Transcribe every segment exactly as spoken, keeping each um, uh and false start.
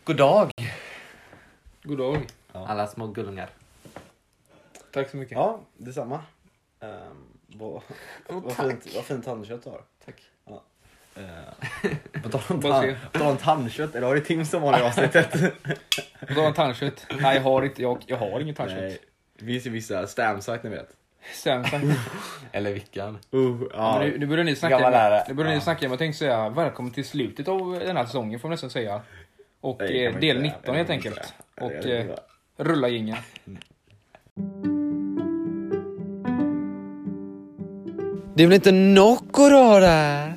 God dag. God dag. Ja. Alla små gullungar. Tack så mycket. Ja, detsamma. Um, vad, vad, fint, vad fint tandkött du har. Tack. Ja. Uh, på tal om, tan- på tal om tandkött, eller har det Tim som har det avsnittet? På tal om tandkött. Nej, jag har inte. Jag, jag har inget tandkött. Nej, det finns ju vissa stamsite, ni vet. Samsung. Eller vilken. Uh, ja. Nu, nu börjar ni snacka Gammal lärare. Nu börjar ni Ja. snacka om, jag tänkte säga välkommen till slutet av den här säsongen får man nästan säga. Och Nej, kan eh, man del inte säga. nitton Det helt kan man inte enkelt. säga. Och Jag vet eh, inte. rulla jingeln. Det är väl inte Nocco då där?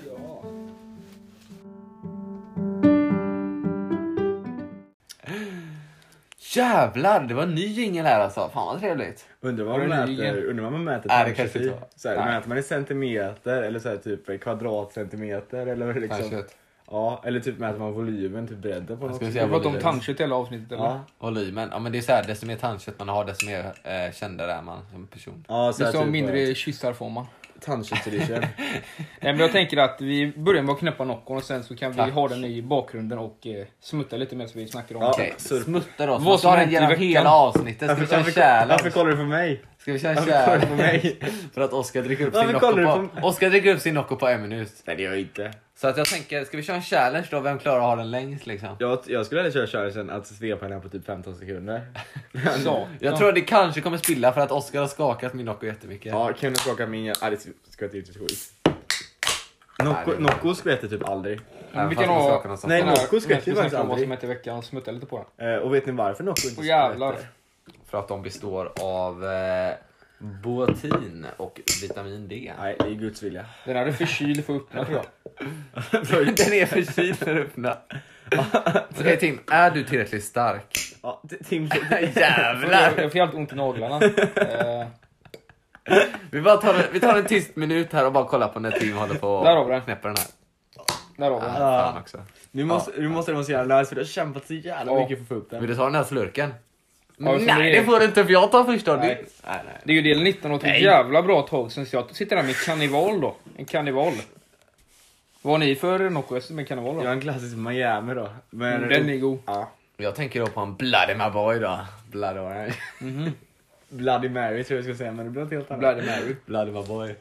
Jävlar, det var en ny jingel här alltså. Fan vad trevligt. Undrar vad man Var det mäter, ny? undrar vad man mäter Nej, det tandkött kanske i. inte var. Så här, Nej. mäter man i centimeter eller så här, typ kvadratcentimeter eller liksom. Tandkött. Ja, eller typ mäter man volymen, typ bredden på något. ska vi Vi säga har pratat om volym. tandkött i hela avsnittet eller? Ja, Volymen. Ja men det är så här, desto mer tandkött man har, desto mer eh, kändare är man som person. ja så här, Desto typ mindre kyssar får man. tandköttsedition. Nej, men jag tänker att vi börjar med att knäppa Noccon och sen så kan vi Tack. ha den i bakgrunden och eh, smutta lite mer så vi snackar om. Ja. Okej, så- smutta då. Vad Så måste som ha den hänt i genom veckan? hela avsnittet. Ska vi köra en varför, varför challenge? kollar du på mig? Ska vi köra en Varför kollar du på challenge? mig? För att Oskar dricker upp Varför sin kollar Nocco du på... Oskar dricker upp sin Nocco på en minut. Nej, det gör jag inte. Så att jag tänker, ska vi köra en challenge då? Vem klarar att ha den längst liksom? Jag, jag skulle hellre köra challengen att svepa den på typ femton sekunder. Så. Jag tror att det kanske kommer spilla för att Oskar har skakat min Nocco jättemycket. Ja, kan du skaka min... Ja, det skvätter inte skit. Nej, Nocco, det är- Nocco skvätter typ aldrig. Men vi Fast kan man ha... skakar någonstans. Nej, den här- Nocco ska den här ju ska vi faktiskt snacka om vad aldrig. som hette i veckan och smutta lite på den. Eh, och vet ni varför Nocco inte Åh jävlar. skvätter? För att de består av eh, biotin och vitamin D. Nej, det är Guds vilja. Den här är förkyld för att öppna tror jag. Den är förkyld för att öppna. Okej Tim, är du tillräckligt stark? Ja, t- Tim... Jävlar! Jag får helt ont i naglarna. Eh, Vi, bara tar, en- vi tar en tyst minut här och bara kollar på när Tim håller på Där har vi den. och knäpper den här. där har vi Ah, den. fan också. Nu måste, nu måste det vara så jävla nice för du har kämpat så jävla Ja. mycket för att få upp den. Vill du ta den här slurken? Ja, så Nej, det är- det får du inte för jag tar först då. Nej. Det- Nej, nej. Det är ju del nitton och ett jävla bra tag sen så jag sitter där med karneval då. En karneval. Vad har ni för Nocco med karneval Jag har då? en klassisk Miami då. Men... Mm, den är god. Ja. Jag tänker då på en Bloody My Boy då. Bloody Orange. Mhm. Bloody Mary tror jag jag ska säga, men det blir något helt annat. Bloody Mary. Bloody My Boy.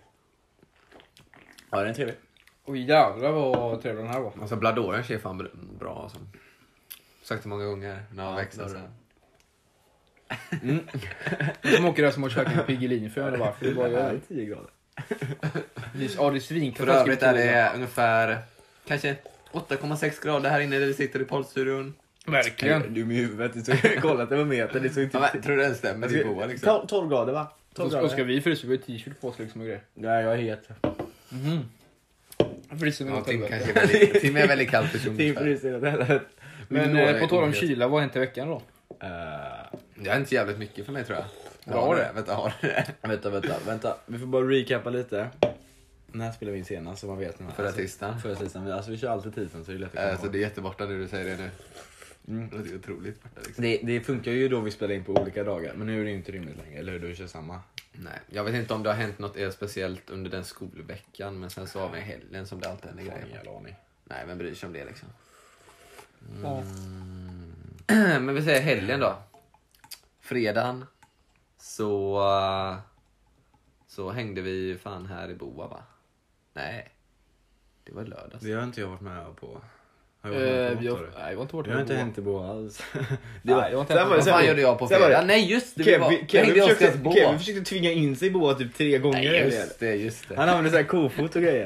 Ja, den är trevlig. Oj jävlar vad trevlig den här var. Alltså Blood Orange är fan br- bra alltså. Sagt det många gånger när jag Ja, växte. det är Så. De åker där som har käkat Piggelin för jag vet inte varför. Det var Ja, det är jag. tio grader. Det är- Ja det är svinkallt. För övrigt är det ungefär kanske åtta komma sex grader här inne där vi sitter i poddstudion. Verkligen. Du är med i huvudet, du såg kollat det var meter, det såg inte... Ja, men, tror du den stämmer i boa liksom? tolv, tolv grader va? tolv Och ska, och ska grader. vi frysa vi har t-shirt på oss liksom och grejer. Nej, jag är het. Mhm. Fryser vi Ja, åt Tim, helvete. kanske är väldigt, Tim är en väldigt kall person. Tim fryser åt helvete. Men då är eh, det på tal om ohet. kyla, vad har hänt i veckan då? Uh, Det är inte jävligt mycket för mig tror jag. Bra Har det. Vänta, har du det? vänta, vänta, vänta. Vi får bara recappa lite. När spelar vi in senast så man vet nu. Förra tisdagen. Förra tisdagen. Alltså vi kör alltid tisdagen så det är lätt att komma Alltså ihåg. det är jätteborta nu du säger det nu. Mm. Det är otroligt borta liksom. Det, det funkar ju då vi spelar in på olika dagar, men nu är det inte rimligt längre, eller hur? Du kör samma. Nej, jag vet inte om det har hänt något er speciellt under den skolveckan. Men sen så har vi helgen som det alltid händer Fan, grejer. jävla aning. Nej, men bryr sig om det liksom. Ja. Men vi säger helgen då. Fredagen. Så... uh, Så hängde vi fan här i Boa va? Nej. Det var lördags. Det har inte jag varit med på. Har jag Eh, varit med vi på har, något av det? nej, jag har inte varit Jag har inte på- hänt i Boa alls. Nej, jag har inte sen hänt var i det- Vad sen fan var- gjorde jag på sen var det- fredag? Nej just det, vi var, Kevin, vi hängde Kevin, i Oskars försökte, Kevin Boa. försökte tvinga in sig i Boa typ tre gånger. Nej eller? just det, just det. Han använde så här kofot och grejer.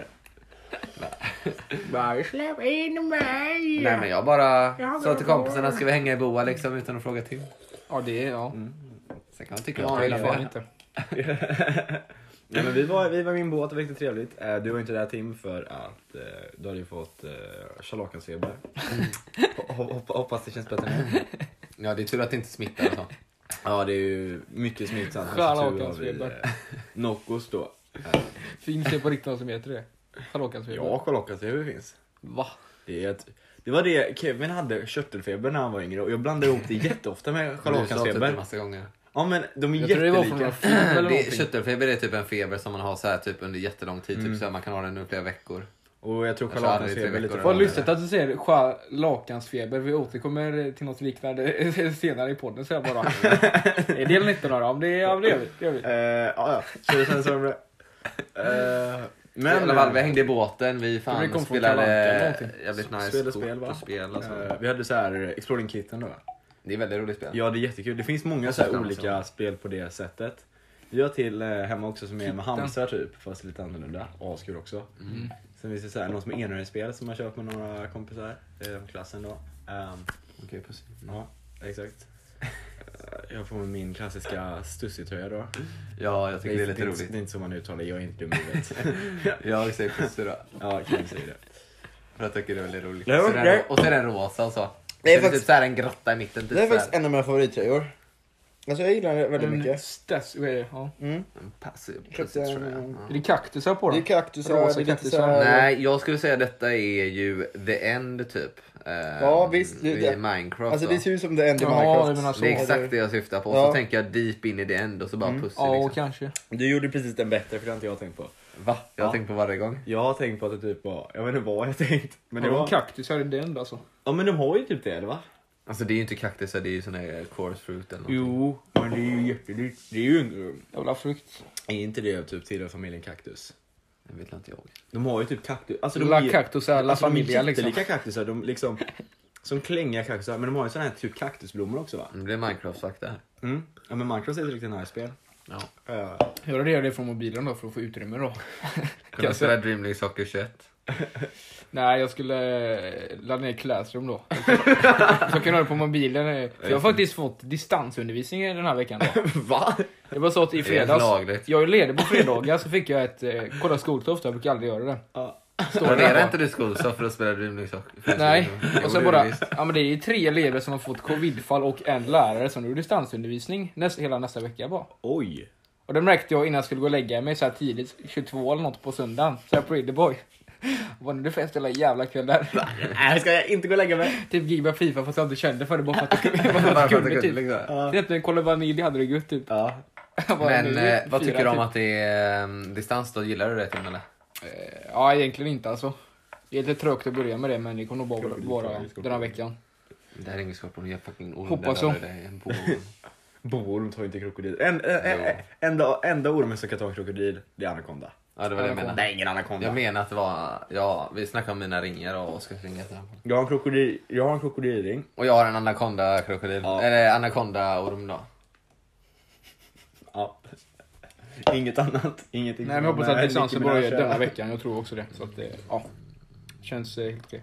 Bara släpp in mig. Nej men jag bara Jag sa vill till gå. kompisarna ska vi hänga i Boa liksom utan att fråga till. Ja det är, ja. Sen kan man tycka Ja, vad man jag vill gillar om fan det. inte. Nej, men vi var, vi var i min båt och väldigt trevligt. Eh, Du var inte där Tim för att eh, du hade ju fått eh, scharlakansfeber. Hop- hop- Hoppas det känns bättre nu. Ja det är tur att det inte smittar och så. Ja, det är ju mycket smittsamt. men så tur har vi, Scharlakansfeber. eh, Noccos då. Eh, Finns det på riktigt någon som heter det? Scharlakansfeber? Ja, scharlakansfeber finns. Va? Det, är ett, det var det, Kevin hade körtelfeber när han var yngre och jag blandade ihop det jätteofta med Du sa typ en scharlakansfeber. massa gånger. Ja, men de är Jag tror det var från jättelika. någon film eller Det, någonting. köttelfeber är typ en feber som man har så här typ under jättelång tid. Mm. Typ så här, man kan ha den under flera veckor. Och jag tror Jag kör aldrig scharlakansfeber tre lite veckor. Vad farligare. lustigt att du säger scharlakansfeber. Vi återkommer till något liknande senare i podden. Så jag bara. Är del nitton då? Om det är, ja, det gör vi. Det gör vi. Eh, ja, ja. Så det känns som det. Eh, Men i alla fall, vi hängde i båten, vi vi fan kom från Kalle Anka eller spelade någonting. jävligt nice Spelade kort spel, va? och spel och så. Eh, vi hade så här Exploring Kitten då. Det är väldigt roligt spel. Ja, det är jättekul. Det finns många så här Fram, olika så. spel på det sättet. Vi har till eh, hemma också som är med Kitten. hamstrar typ, fast lite annorlunda. Askul också. Mm. Sen finns det så här, någon som är enhörningsspel som jag köpt med några kompisar i klassen då. Um, Okej, precis. ja, exakt. Eh, jag får med min klassiska Stussy-tröja då. Ja, jag tycker det är lite inte, roligt. det är inte så man uttalar, jag är inte dum i huvudet. Jag säger pussy då. Ja, kan jag säga det. För jag tycker det är väldigt roligt. Ja, Så den, det- och så är den rosa och så. Det är Så det är faktiskt- typ så här en grotta i mitten. Typ Det är så här. faktiskt en av mina favorittröjor. Alltså jag gillar det väldigt En mycket. stats, vad är det? Ja. Mm. En passiv Köpte pussy en- tror jag. Är Ja. det kaktusar på Det är den? kaktusar, Rosa det är lite kaktusar. så här- Nej, jag skulle säga detta är ju The End typ. Eh, Ja, visst, det- I det- Minecraft Alltså då. det ser ut som det enda i Jaha, Minecraft. jag menar så. Det är exakt det jag syftar på. Ja. Så tänker jag deep in i The End och så bara Mm. pussy Ja, liksom. kanske. Du gjorde precis den bättre för det har inte jag tänkt på. Va? Jag har Ja. tänkt på varje gång. Jag har tänkt på att det typ var, jag vet inte vad jag har tänkt. Men det Har de var, kaktusar i den alltså? ja men de har ju typ det eller va? Alltså det är ju inte kaktusar, det är ju såna här coarse fruit eller något. Jo, Men det är ju jättedyrt. Det är ju en, jävla frukt. är inte det typ tillhör familjen kaktus? Det vet inte jag. De har ju typ kaktus. Alltså La är- cactus är la alltså, de är familia liksom. jättelika kaktusar. De liksom, som klänga kaktusar. Men de har ju såna här typ kaktusblommor också va? Det blir Minecraft-sagt det här. Mm. Ja men Minecraft är ett riktigt nice spel. Ja. Uh, Hur det gör det från mobilen då för att få utrymme då? Kunna spela Dreamlink Soccer tjugoett. Nej, jag skulle eh, ladda ner Classroom då. Så kan jag ha det på mobilen. eh. För jag har faktiskt fått distansundervisning den här veckan då. va? Det var så att i Det är fredags, lagligt. jag är ledig på fredagar så fick jag ett, eh, kolla skolstoff, jag brukar aldrig göra det. Ja. Planerar inte du skolstoff för att spela Dreamlink Soccer? Nej, Jo, och så det bara, är visst. ja men det är tre elever som har fått covidfall och en lärare som gjorde distansundervisning nästa, hela nästa vecka bara. Oj. Och det märkte jag innan jag skulle gå och lägga mig så här tidigt, tjugotvå eller något på söndagen. Så jag på Boy. Var det fest hela jävla kväll där? Nej ska jag inte gå och lägga mig? Typ gigga FIFA fast jag inte kände för det bara för att jag kunde. Bara för Bara att för jag att det kunde kunde, typ. liksom. Ja. Egentligen kolla vanilj hade det gött typ. Ja. Jag bara, Men nu är eh, vad fyra tycker du om typ. att det är um, distans då? Gillar du det Tim eller? Eh, Ja, egentligen inte alltså. Det är lite trögt att börja med det men det kommer nog bara vara den här veckan. Det här är inget skorpion, jag är fucking orm. Hoppas där så. har du det, en boorm. Boorm tar inte krokodil. En, en, en, enda, enda ormen som kan ta en krokodil, det är anakonda. Ja, det var det jag Anakonda. menade. Nej, ingen anakonda. Jag menar att det var, ja, vi snackade om mina ringar och Oskars ringar. Jag har en krokodil, jag har en krokodilring. Och jag har en anakonda-krokodil. Ja. Eller anakonda-orm då. Ja. Inget annat. Ingenting. Nej men jag hoppas att Nej, distansen Nicki börjar Minaj. denna veckan. Jag tror också det. Så att det, ja. Känns eh, helt okej.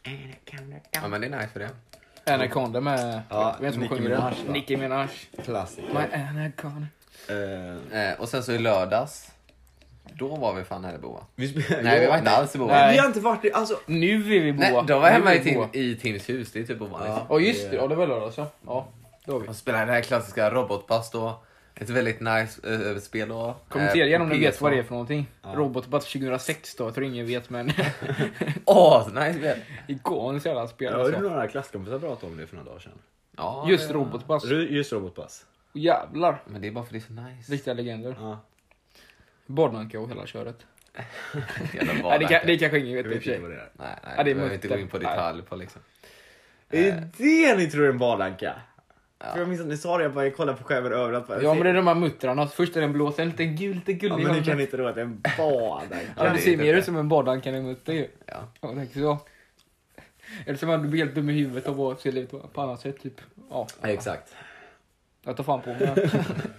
Ja, men det är nice för det. Anaconda med, Ja, vem som Nicki sjunger Minaj, den? va? Nicki Minaj. Klassiker. My Anaconda. Eh, Eh, och sen så i lördags, då var vi fan här i Boa. vi sp- Nej, vi var Ja, inte alls i Boa. Nej. Vi har inte varit i, alltså. Nu är vi Nej, Boa. då var jag Nu hemma är i, vi Tim, Boa. i Tims hus, det är typ ovanligt. Ja. Ja just det, ja det var lördag så. Ja, då var vi. Och spelade det här klassiska robotpass då. Ett väldigt nice äh, spel då. Kommentera Eh, gärna om på ni P S vet två. vad det är för någonting. Ja. Robotbats tjugohundrasex då, jag tror ingen vet men Åh, så nice spel. ikoniskt jävla spel Jag hörde alltså. några klasskompisar prata om det för några dagar sedan. Ja, Just det- robotpass. Just robotpass. Jävlar. Men det är bara för det är så nice. Riktiga legender. Ja. Badmanka och hela köret. Jävla Nej, det, vardag. kan, det kanske ingen vet Jag i och vet för inte sig. vad det är. Nej, nej, Ja, det är det behöver inte mutter. gå in på detalj på liksom. Är det ni tror är en badanka? Ja. För jag minns att ni sa det, jag bara kollade på skärmen överallt. Bara, Ja men det är de här muttrarna. Först är den blå, sen en liten gul, lite ja, gullig. men ni ja, kan inte tro att det är en badanka. ja, det det är ser det mer det. ut som en badanka än en mutter ju. Ja. Ja, jag tänker så. Eller som att du blir helt dum i huvudet och bara ser lite på annat sätt typ. Ja, Ja, exakt. jag tar fan på mig.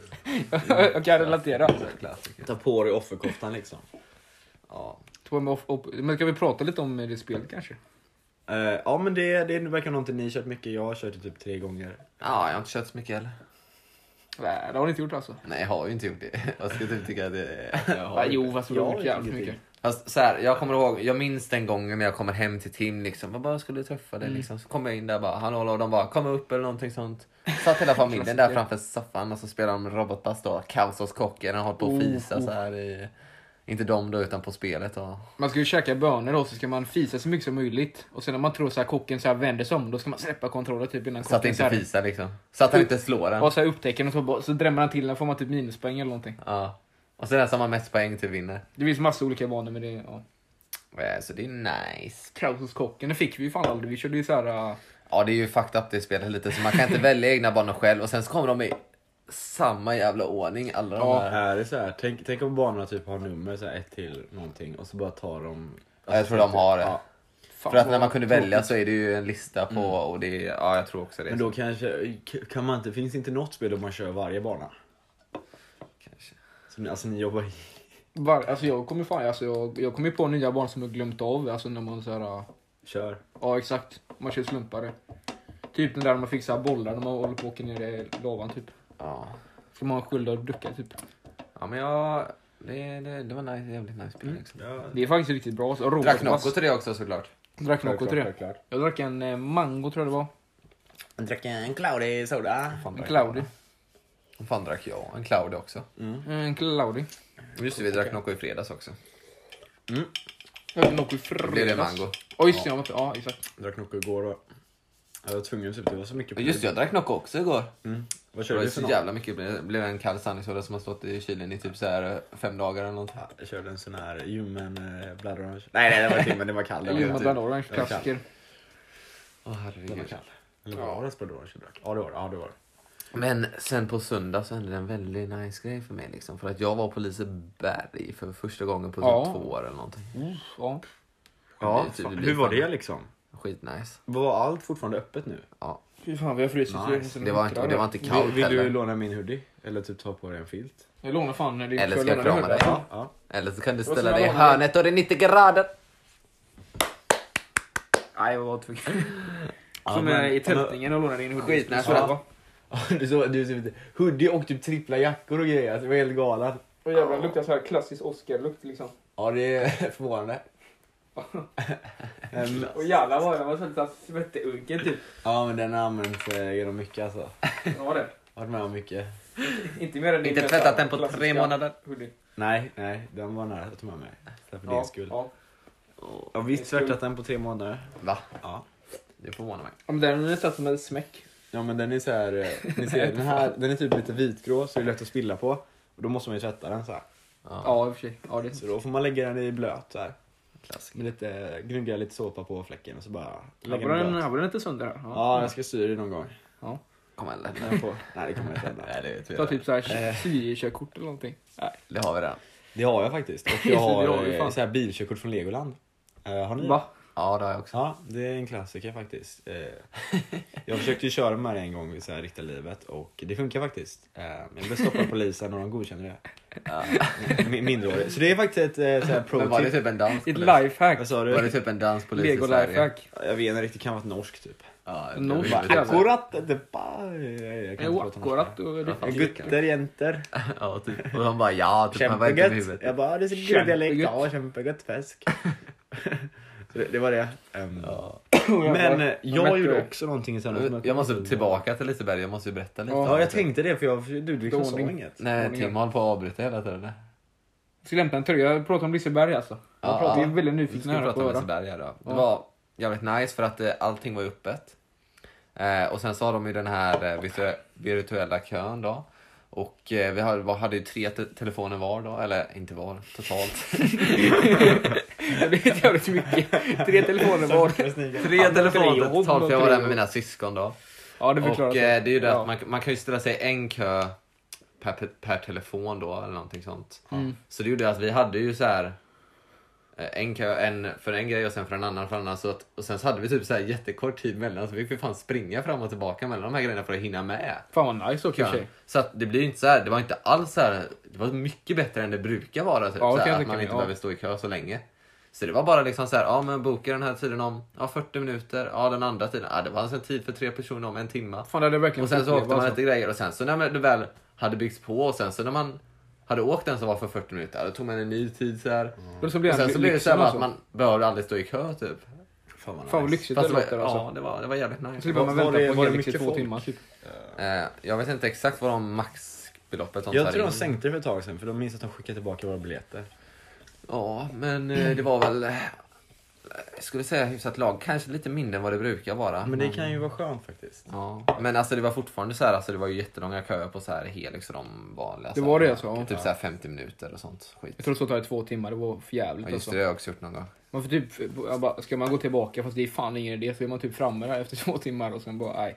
Jag kan relatera. Klassiker. Ta på dig offerkoftan liksom. Ja. Två med off- opp- Men ska vi prata lite om det spelet kanske? Uh, ja men det, det verkar någonting ni kört mycket. Jag har kört det typ tre gånger. ja, jag har inte kört så mycket heller. Nej, det har ni inte gjort alltså. Nej, jag har ju inte gjort det. Jag skulle typ tycka att det Jag Ja, jo, fast vi jag har har gjort jävligt ingenting. mycket. Fast så här, jag kommer ihåg, jag minns den gången när jag kommer hem till Tim liksom. Jag bara skulle träffa dig Mm. liksom. Så kommer jag in där bara, hallå, och de bara, kom upp eller någonting sånt. Satt hela familjen där framför soffan och så spelade de robotpass då. Kaos hos kocken och hållit på att Oh, fisa oh. så här i, inte de då utan på spelet och... Man ska ju käka bönor då så ska man fisa så mycket som möjligt. Och sen när man tror så här kocken så här vänder sig om, då ska man släppa kontrollen typ innan Så att det kocken så inte här, fisar liksom. Så att han inte slår den. och så här upptäcker och så, så drämmer han till den, får man typ minuspoäng eller någonting. Ja. Och så den som har mest poäng till vinner. Det finns massa olika banor med det. Ja. Eh, Så det är nice. Krauskocken, det fick vi ju fan aldrig. Vi körde ju så här. Uh... Ja, det är ju fucked up det spelet lite, så man kan inte välja egna banor själv och sen så kommer de i samma jävla ordning alla de Ja. här. Är det så här, tänk, tänk om banorna typ har nummer så här ett till någonting och så bara tar de... Ja, jag tror de har det. Ja. Fan, För att vad när man kunde tråkigt. välja så är det ju en lista på och det är, ja jag tror också det. Men då kanske, kan man inte, finns det inte något spel där man kör varje bana? kanske. Så ni, alltså ni jobbar i... Var, alltså jag kommer fan, alltså jag, jag kommer på nya barn som jag glömt av. Alltså när man så här. Uh... Kör. Ja, exakt. Man kör slumpare. Typ den där man fixar bollar när man håller på att åka ner i lavan typ. Ja. Ska man ha skulder och ducka typ. Ja men jag, det, det, det var nice, jävligt nice spel liksom. Ja. Det är faktiskt riktigt bra. Så, Drack Nocco till det också såklart. Drack Nocco till det. Självklart. Jag drack en eh, mango tror jag det var. Jag drack en cloudy soda. Fan, En drack cloudy. jag. Vad fan drack jag? En cloud också. En cloudy. Just det, vi drack Nocco i fredags också. Mm. Jag drack Nocco i Då blev det fredags. mango. Ja, just det. Ja, ja, exakt. Jag drack Nocco igår och jag var tvungen typ, det var så mycket på Just det, jag drack Nocco också igår. Mm. Vad Det körde var du så för någon? jävla mycket. Det blev en kall sanningssoda som har stått i kylen i typ så här fem dagar eller någonting. Ja, jag körde en sån här ljummen eh, blood orange. Nej nej det var inte men det var kall. Det var Ljumma typ- bland orange, det var klassiker. Åh Den var herregud. kall. Eller var det blood orange jag drack? Ja det var det. Ja, det var det. Men sen på söndag så hände det en väldigt nice grej för mig liksom. För att jag var på Liseberg för första gången på Ja. typ två år eller någonting. Mm, ja. Ja, Det blir- fan, det blir hur var fan- det liksom? Skitnice. Var allt fortfarande öppet nu? Ja. Fy fan, vi har frusit. Nice. Det var inte, och det var inte Vill, kallt vill du heller. låna min hoodie? Eller typ ta på dig en filt? Jag lånar fan när det Eller får ska jag låna krama det. dig? Ja. ja. Eller så kan du Och så ställa dig i lånar hörnet och det är nittio grader. Nej, jag var tvungen. Ja, Som men- är i tältningen och lånar din hoodie. Skitnice. Så det Ja. var. Du så, du så, hoodie och typ trippla jackor och grejer. Alltså, det var helt galet. Och jävlar, det luktar så här klassisk Oscar-lukt liksom. Ja det är förvånande. Ehm, Och jävlar vad jag var så lite svetteunken typ. ja men den används eh, genom mycket alltså. Vad var det? Varit med om mycket. Inte mer än din Inte bästa tvättat den på tre klassiska månader. hoodie. Nej, nej, den var nära att ta med mig. Så för Ja, din skull. ja. Jag har visst tvättat den på tre månader. Va? Ja. Det förvånar mig. Ja, men den är satt som en smäck. Ja men den är så här, eh, ni ser den här, den är typ lite vitgrå så det är lätt att spilla på. Och då måste man ju tvätta den så här. Ja, Ja, i och för sig. Ja, det Så då får man lägga den i blöt så här. klassiker. Med lite, gnugga lite såpa på fläcken och så bara Här lägga var den den, blöt. här var den inte sönder här. Ja, jag ska styra det någon gång. Kom igen, När jag får- Nej det kommer jag inte hända. Nej, det vet vi Ta redan. typ såhär sy-körkort eller någonting. Nej. Det har vi redan. Det har jag faktiskt. Och Det jag har har du eh, fan. så här bilkörkort från Legoland. Eh, har ni? Va? Ja, det har jag också. Ja, det är en klassiker faktiskt. Eh, jag försökte ju köra med det en gång i så här riktiga livet och det funkar faktiskt. Eh, men jag blev stoppad av polisen och de godkände det. Ja. Min- Mindreårig. Så det är faktiskt ett eh, så här pro Men var det tip. typ en dans? Ett polis? lifehack. Vad sa Var det du? typ en danspolis i Lego Sverige? lifehack. Jag vet inte riktigt, kan vara ett norsk typ. Ja, det Norsk var- jävla- Akkurat, det bara... Jag kan Jo, inte prata norska. akkurat. och det- Ja, fan. Gutter, jenter. Ja, typ. Och de bara ja, typ han var inte med Kämpegött. huvudet. Jag bara, det är så Kämpegött. god dialekt. Ja, kämpegött fisk. Så det, det var det. Um, Ja. Men eh, jag mätte gjorde det. också någonting i söndags. Jag måste tillbaka till Liseberg, jag måste ju berätta lite. Ja, Ja, jag tänkte det för jag, du liksom sa Dålig. inget. Nej, Tim håller på att avbryta hela tiden. Jag ska lämna en tröja. Jag pratar om Liseberg alltså. Jag Ja, pratar, ja. vi är väldigt Vi nyfikna skulle här prata på om att höra. Liseberg här då. Det Ja. var jävligt nice för att eh, allting var ju öppet. Eh, och sen så har de ju den här eh, virtu- virtuella kön då. Och eh, vi hade, hade ju tre te- telefoner var då, eller inte var, totalt. Det är jävligt mycket. Tre telefoner var. tre telefoner tre totalt, för jag var tre där med mina syskon då. Ja, det Och förklarar eh, sig. det är ju det Ja. att man, man kan ju ställa sig i en kö per, per, per telefon då, eller någonting sånt. Mm. Så det gjorde att vi hade ju så här eh, en kö en för en grej och sen för en annan för en annan. Så att, och sen så hade vi typ så här jättekort tid mellan, så vi fick fan springa fram och tillbaka mellan de här grejerna för att hinna med. Fan vad nice också i och för sig. Så att det blir ju inte så här, det var inte alls så här, det var mycket bättre än det brukar vara typ, Ja, så det kan här, jag att tänka man mig, inte ja. behöver stå i kö så länge. Så det var bara liksom så här, ja men boka den här tiden om ja, fyrtio minuter, ja den andra tiden, ja det var alltså en tid för tre personer om en timme. Fan, det hade verkligen Och sen så fått åkte man leva, lite grejer och sen så när det väl hade byggts på och sen så när man hade åkt den som var för fyrtio minuter, då tog man en ny tid så här. Och så blir Och sen det så blev det så här lyxen att alltså. man behövde aldrig stå i kö typ. Fan vad, Fan vad nice. lyxigt Fast det det var, låter ja, alltså. det var, det var jävligt Så nice. slipper man Var- var vänta det- på var det Helix i mycket två folk? timmar typ. Eh, jag vet inte exakt vad de maxbeloppet de Jag tar tror de in. sänkte det för ett tag sedan för de minns att de skickade tillbaka våra biljetter. Ja, men eh, det var väl... eh, jag skulle säga hyfsat lag. Kanske lite mindre än vad det brukar vara. Men det kan ju vara skönt faktiskt. Ja. Men alltså det var fortfarande så här, alltså det var ju jättelånga köer på så här Helix och de vanliga. Det var det alltså? Typ så här femtio minuter och sånt skit. Jag tror det så tar det två timmar, det var för jävligt Ja, just alltså. det, det har jag också gjort någon gång. Man får typ, jag bara, ska man gå tillbaka fast det är fan ingen idé så är man typ framme där efter två timmar och sen bara, nej.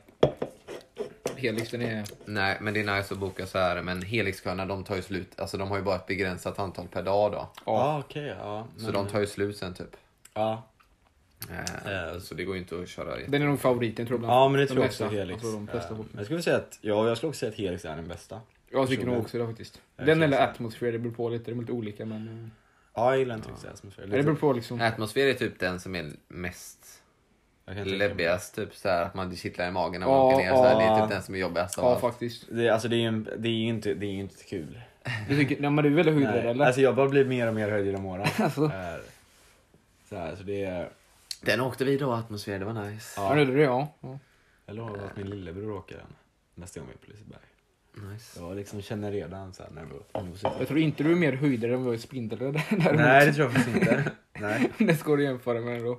Helix den är... Nej, men det är nice att boka så här. Men Helix-köerna, de tar ju slut. Alltså de har ju bara ett begränsat antal per dag då. Ja, ah, okej. Okay, ja. Så de tar ju slut sen typ. Ja. Eh, så det går ju inte att köra. Den är nog favoriten tror jag. Ja, men det de tror jag bästa. också Helix. Alltså, de flesta. Uh, jag skulle säga att, ja, jag skulle också säga att Helix är den bästa. Jag tycker nog också det faktiskt. Jag Den eller känns- Atmosphere, det beror på lite, de är lite olika men... Ja, jag gillar inte riktigt atmosfär. Ja. Det beror på liksom... Atmosfär är typ den som är mest Jag kan tänka mig. läbbigast. Typ så här att man kittlar i magen när man Ja, åker ner. Så här, det är ja. typ den som är jobbigast av Ja allt. faktiskt. Det, alltså, det är ju en- det är ju inte, det är ju inte kul. Du tycker, nej, men du är väldigt höjdrädd Nej, eller? alltså jag bara blir mer och mer höjd genom åren. Alltså. Eh, Så här, så det är... Den åkte vi då, Atmosfär, det var nice. Ja, det är det, ja. ja. Jag lovar att min lillebror åker den nästa gång vi är på Liseberg. nice. Jag liksom känner redan så här nervös. Jag tror inte du är mer höjdrädd än vad jag är spindelrädd däremot. Nej, det tror jag faktiskt inte. Nej. Det ska du jämföra med då.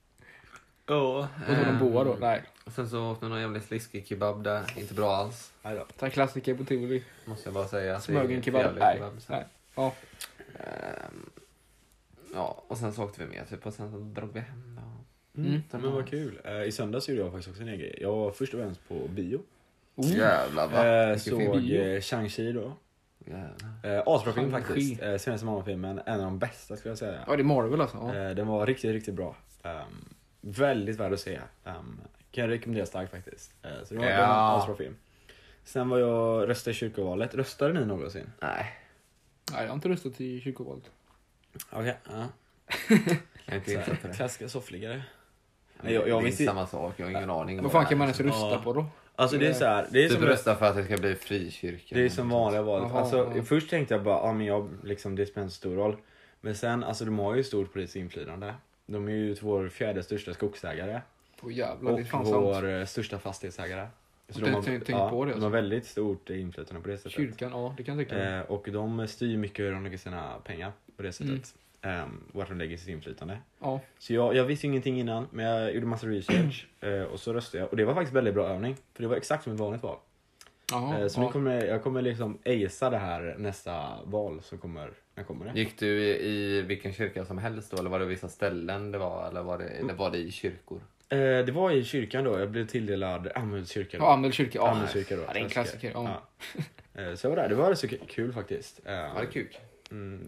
Ja. Och så de boa då? Nej. Och sen så åt vi någon jävla sliskig kebab där. Inte bra alls. Nej då. Ta en klassiker på Tivoli. Måste jag bara säga. Smögen Det är kebab. jävligt Nej. kebab, så. Nej. Ja. Ehm, ja, och sen så åkte vi med typ och sen så drog vi hem. Ja. Mm. Mm. Men vad kul. Eh, I söndags gjorde jag faktiskt också en egen grej. Jag var först och främst på bio. Oh. Jävlar va? Eh, vilken såg fin bio. eh, Shang-Chi då. Jävlar. Eh, Asbra film Shang-Chi. faktiskt. Eh, senaste Marvel-filmen. En av de bästa skulle jag säga. Ja, det är Marvel alltså. Ja. Eh, den var riktigt, riktigt bra. Um, väldigt värd att se. Um, kan jag rekommendera starkt faktiskt. Eh, så det var, Ja. det var en asbra film. Sen var jag röstade i kyrkovalet. Röstade ni någonsin? Nej. Nej, jag har inte röstat i kyrkovalet. Okej. Ja. Jag är inte insatt i det. Klassiska soffliggare. Nej, jag- jag det är visste- inte samma sak, jag har ingen aning. Vad fan kan man ens det är. rösta Ja. på då? Alltså det är så här, det är Typ som, rösta för att det ska bli frikyrka. det är som vanliga valet. Jaha, Alltså, ja. först tänkte jag bara, ja men jag, liksom, det spelar inte så stor roll. Men sen, alltså de har ju stort politiskt inflytande. De är ju vår fjärde största skogsägare. Åh jävlar, det är Och fan sant. vår eh, största fastighetsägare. Så Det- de har, tänk- tänk ja, på det, de alltså. har väldigt stort inflytande på det sättet. Kyrkan, ja det kan jag tycka. Eh, och de styr mycket hur de lägger sina pengar på det sättet. Mm. Vart de lägger sitt inflytande. Ja. Så jag, jag visste ju ingenting innan, men jag gjorde massa research eh, och så röstade jag. Och det var faktiskt väldigt bra övning, för det var exakt som ett vanligt val. Jaha, Eh, så ja. nu kommer, jag kommer liksom acea det här nästa val som kommer, när kommer det? Gick du i, i vilken kyrka som helst då? Eller var det vissa ställen det var? Eller var det, eller var det i kyrkor? Eh, det var i kyrkan då, jag blev tilldelad Amhults kyrka. då. Ja, Amel kyrka. Ja, Amhults kyrka då. ja, det är en klassiker. Ja. Ja. Eh, så jag var där, det var så kul faktiskt. Eh, Var det kuk? Mm.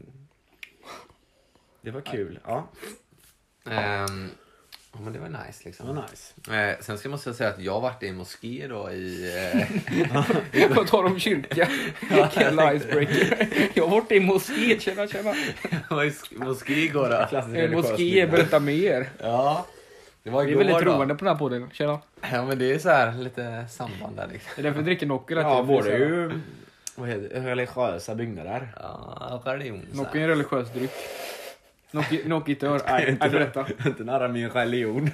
Det var kul, ja. Ehm, ja, men det var nice Det liksom. var nice. Eh, sen ska jag måste säga att jag har varit i en moské då i... Eh, Vad tar de kyrka? Jävla icebreaker. Jag har varit i moské, tjena tjena. jag var i sk- moské igår då. Klassisk Eh, religiös Moské, byggnad. berätta mer. Ja. Det var Vi är igår väldigt då. troende på den här podden. Tjena. Ja men det är så här lite samband där liksom. Det är därför jag dricker Nocco. Ja, båda är ju vad heter det, religiösa byggnader. Ja, religion. så Nocco är här. en religiös dryck. Nocco- Noccitör. Nej, nej, berätta. Inte nära min religion.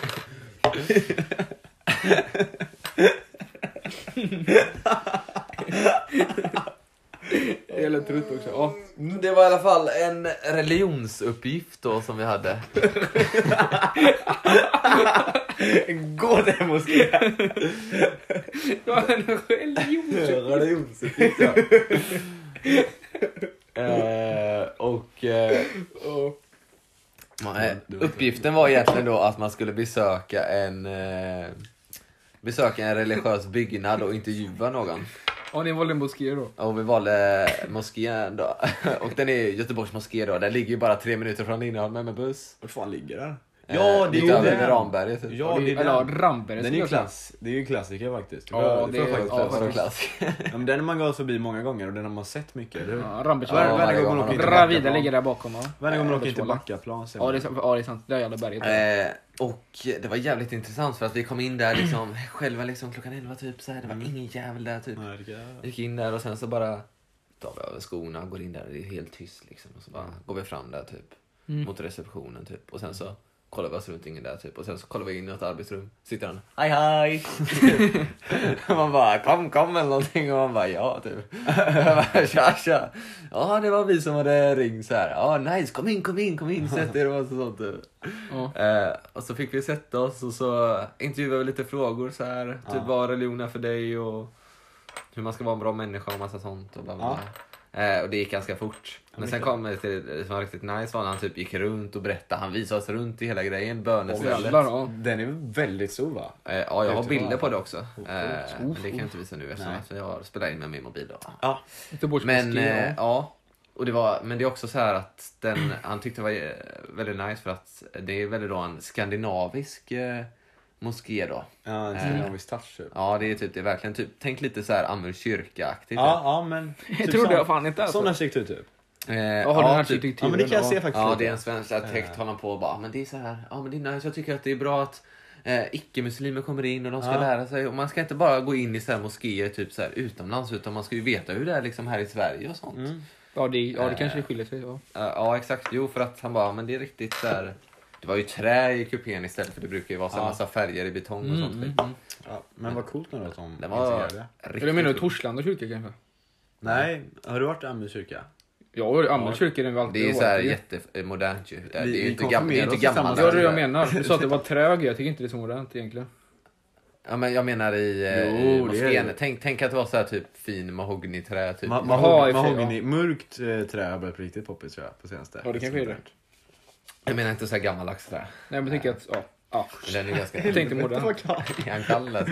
Jag är lite trött också. Ja. Mm, Det var i alla fall en religionsuppgift då som vi hade. Gå till moské. Ja, en religion. Religionsuppgift, ja. eh, och eh, Man, eh, uppgiften var egentligen då att man skulle besöka en eh, besöka en religiös byggnad och intervjua någon. Ja, ni valde en moské då. Och vi valde moskén då. Och den är Göteborgs moské då. Den ligger ju bara tre minuter från Lindholm med buss. vart fan ligger den? Eh, Ja, det är lite ju över den. Ramberget. Typ. Ja, det är Eller ja, den. Ramberget. Den är ju skulle jag klass. Det är ju en klassiker faktiskt. Ja, får det jag är- faktiskt ja, säga. Vadå klass? Ja, men den har man gått förbi många gånger och den har man sett mycket, eller hur? säga. Ja, Ramberget. Varje- Ja, varje varje gång man gång åker in till Ravida Backaplan. ligger där bakom va? Varje gång man åker in till Översvåla. Backaplan så är Ja, man- det är sant. Ja, det är sant. Det är jävla berget. Eh, och det var jävligt intressant för att vi kom in där liksom själva liksom klockan elva typ så här. Det var ingen jävel där typ. Nej, det kan jag- Vi gick in där och sen så bara tar vi över skorna och går in där och det är helt tyst liksom. Och så bara går vi fram där typ Mm. mot receptionen typ. Och sen så kollar vi oss runt, ingen där typ. Och sen så kollar vi in i ett arbetsrum. Sitter han, hej hej! Man bara, kom kom eller någonting. Och man bara, ja typ. Bara, tja tja. Ja, det var vi som hade ringt så här. Ja, nice, kom in, kom in, kom in. Sätt er och sånt typ. Ja. Eh, och så fick vi sätta oss och så intervjuade vi lite frågor så här. Typ Ja. vad religion är för dig och hur man ska vara en bra människa och massa sånt. Och bla bla bla. Eh, och det gick ganska fort. Men sen mycket. kom det till det som var riktigt nice var när han typ gick runt och berättade. Han visade oss runt i hela grejen, bönestället. jävlar, ja. Den är väldigt stor va? Eh, ja, jag har Ute bilder var- på det också. Oh, Eh, coolt. men det kan jag inte visa nu eftersom Nej. att jag spelar in med min mobil då. Ja. Göteborgs Men moské, eh, ja. ja, och det var, men det är också så här att den, han tyckte det var eh, väldigt nice för att det är väldigt då en skandinavisk eh, moské då. Ja, en Eh. skandinavisk touch typ. Ja, det är typ, det är verkligen typ, tänk lite så här Amur kyrka-aktigt. Ja, ja men... Jag trodde jag fan inte alltså. Sån arkitektur typ. Eh, Jaha, den ja, här typ, arkitekturen. Ja men det kan jag se faktiskt ja, lite. det är en svensk arkitekt, håller på och bara, men det är så här, ja men det är nice, jag tycker att det är bra att eh, icke-muslimer kommer in och de ska Ja. lära sig, och man ska inte bara gå in i så här moskéer typ så här utomlands, utan man ska ju veta hur det är liksom här i Sverige och sånt. Mm. Ja, det, ja, det Eh. kanske skiljer sig. Ja. Ja, ja exakt, jo för att han bara, men det är riktigt så här. Det var ju trä i kupén istället, för det brukar ju vara så här Ja. massa färger i betong och Mm, sånt. mm, mm. Ja, men vad coolt med det som Det var integrerade. riktigt Eller menar du coolt. Torslanda kyrka kanske? Nej, har du varit i Amhult kyrka? Ja, Amhult kyrka är den vi alltid Det är ju har så här varit i. jättemodernt ju. Det är Vi- ju vi inte, gam, det är konfirmerade inte oss i samma gammalt. Det var det jag menar. Du sa att det var trög, jag tycker inte det är så modernt egentligen. Ja, men jag menar i, eh, Jo, i det är moskén. det. Tänk, tänk att det var så här typ fin mahognyträ typ. Ma- Jaha, mahog- i och för sig, Mahogny, mörkt eh, trä har börjat bli riktigt poppis tror jag på senaste. Ja, det kanske är det. Jag menar inte så här gammaldags trä. Nej, men jag tycker att, ja. ja. Men den är ganska... Jag tänkte modernt. Är han kall alltså?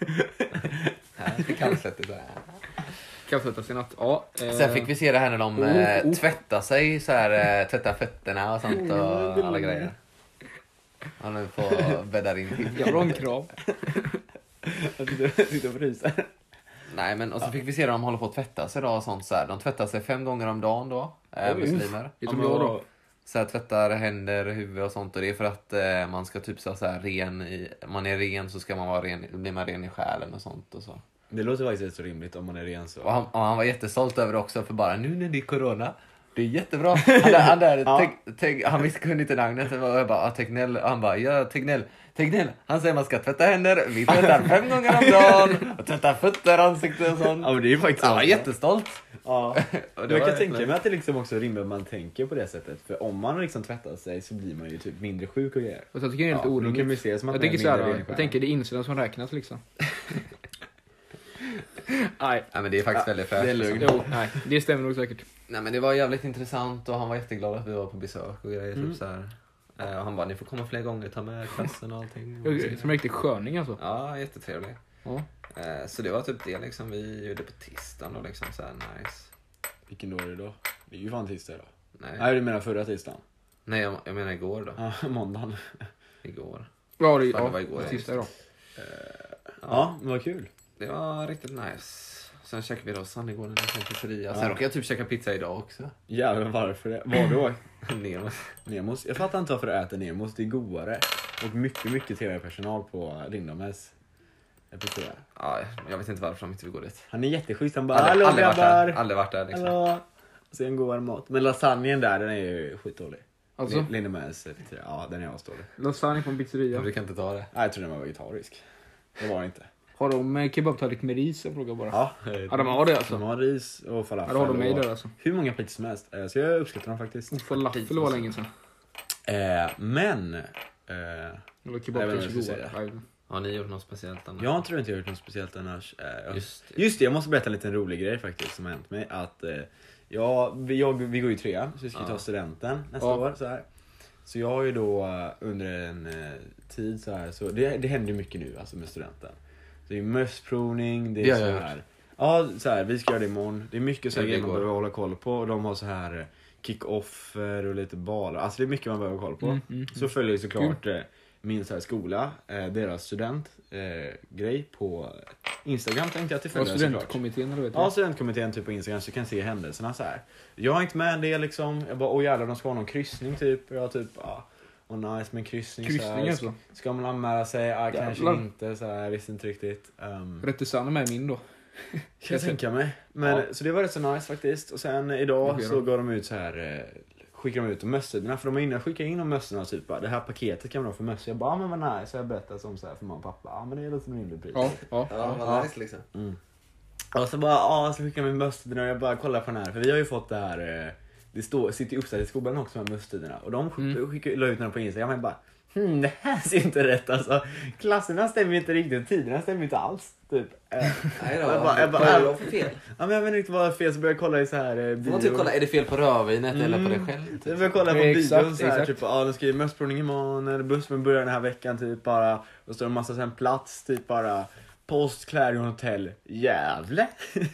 Här är kallsvettigt så här. Kaffetvättas i natt. Ja. Eh, Sen fick vi se det här när de Oh, eh, oh. tvättar sig så här, eh, tvättar fötterna och sånt och alla grejer. Han är på bäddar in till. Jag har en krav. Jag sitter och fryser. Nej, men och så fick vi se att de håller på att tvätta sig då och sånt så här. De tvättar sig fem gånger om dagen då, eh, Oj. muslimer. Det är som jag då. Så här, tvättar händer, huvud och sånt, och det är för att eh, man ska typ så här ren i, man är ren så ska man vara ren, blir man ren i själen och sånt och så. Det låter faktiskt rätt så rimligt om man är ren så. Och han, och han var jättestolt över det också, för bara nu när det är corona, det är jättebra. Han, där, han, där, Ja. Teg- Teg- han visste kunde inte namnet, och jag bara, ah, Tegnell, och han bara, ja Tegnell, Tegnell, han säger man ska tvätta händer, vi tvättar fem gånger om dagen, och tvättar fötter, ansikte och sånt. Ja men det är ju faktiskt Han var så. jättestolt. Ja. Och det Jag var kan tänka verkligen- mig att det liksom också är rimligt att man tänker på det sättet. För om man liksom tvättar sig så blir man ju typ mindre sjuk och grejer. Och så tycker jag det är lite Ja, då kan orimligt. vi se som att Jag man är tänker så mindre här, ren i jag själen. tänker det är insidan som räknas liksom. Nej, Nej, men det är faktiskt Ja, väldigt det är fräscht. lugnt. jo, nej, det stämmer nog säkert. Nej, men det var jävligt intressant och han var jätteglad att vi var på besök och grejer. Mm. Typ så här. Eh, och han bara, ni får komma fler gånger, ta med klassen och allting. Okej, som en riktig sköning alltså. Ja, jättetrevlig. Ja. Eh, så det var typ det liksom, vi gjorde på tisdagen och liksom så här nice. Vilken dag är det då? Det är ju fan tisdag idag. Nej, Nej du menar förra tisdagen? Nej jag, jag menar igår då. Ja, måndagen. Igår. Ja, det, Fan, det ja, var igår, tisdag då. Ja, men vad kul. Det var riktigt nice. Sen käkade vi då igår när vi kom till pizzeria. Ja. Sen råkade jag typ käka pizza idag också. Jävlar varför det? Var då? Nemos. Nemos. Jag fattar inte varför du äter Nemos. Det är godare. Och mycket, mycket trevligare personal på Lindholmens pizzeria. Ja, jag vet inte varför de inte vill gå dit. Han är jätteschysst. Han bara, Aldrig, hallå aldrig varit där. grabbar. Aldrig varit där liksom. Hallå. Och sen godare mat. Men lasagnen där, den är ju skitdålig. Alltså, Lindholmens pizzeria. Ja, den är asdålig. lasagne på en pizzeria. Men vi kan inte ta det. Nej, jag tror den var vegetarisk. Det var det inte. Har de eh, kebabtallrik med ris? Jag frågar bara. Ja, Ja, de har det alltså. de har ris och Ja, falafel. då har de mig och där alltså. hur många pizzor som helst. Eh, Så jag uppskattar dem faktiskt. Falafel var länge sedan. Eh, men... Eh, Eller Jag vet kebab inte kanske vad jag ska godare. Nej. Har ni gjort något speciellt annars? jag tror inte jag har gjort något speciellt annars. Eh, jag- Just det. Just det, jag måste berätta en liten rolig grej faktiskt som har hänt mig. Att, eh, ja, vi, jag, vi går ju trean, så vi ska Ja. ta studenten nästa Ja. år. Så, här. Så jag har ju då eh, under en eh, tid så här, så det, det händer ju mycket nu alltså med studenten. Så det är mössprovning, det är Det har så jag här. Ja, så här, vi ska göra det imorgon. Det är mycket så här Ja, det grejer man går. behöver hålla koll på. Och de har så här eh, kick-offer och lite baler. Alltså det är mycket man behöver ha koll på. Mm, mm, Så följer ju såklart eh, min så här skola, eh, deras studentgrej eh, grej på Instagram tänkte jag att det Ja, följer såklart. studentkommittén eller vet Ja, du. studentkommittén typ på Instagram så kan jag se händelserna så här. Jag är inte med det liksom. Jag bara, åh jävlar de ska ha någon kryssning typ. Och jag typ, ja, åh nice med kryssning, så Kryssning här. alltså. Ska man anmäla sig? Ja, kanske Jävlar. inte så här. Jag visste inte riktigt. Um, Rättesand är med min då. kan jag tänka mig. Men, Ja. så det var rätt så nice faktiskt. Och sen idag Det sker så då. gav de ut så här eh, skickar de ut mössorna. För de har innan skickat in de mössorna typ bara, det här paketet kan man ha för mössor. Jag bara, ah, men vad nice. Så jag berättat som så här för mamma och pappa. Ja ah, men det är lite mindre pris. Ja, ja. Ja, vad nice liksom. Mm. Och så bara, ja ah, så skickar de mössorna och jag bara kollar på den här. För vi har ju fått det här, eh, det står, sitter ju uppsatt i skolan också med mössorna. Och de Mm. skickar, la ut den på Instagram. Jag bara, hmm, det här ser inte rätt alltså. Klasserna stämmer inte riktigt, tiderna stämmer inte alls. Typ. Eh, Nej då, jag bara, jag bara, vad är det äh, för fel? ja, men jag vet inte riktigt vad är fel så började jag kolla i så här eh, Får man typ kolla, är det fel på rödvinet eller på dig Mm. själv? Typ? Jag började kolla på Ja, videon exakt, så här, exakt. typ, ja de ska ju mössprovning imorgon eller bussen börjar den här veckan typ bara. Och så står det en massa sen plats typ bara Post Clarion Hotel Gävle.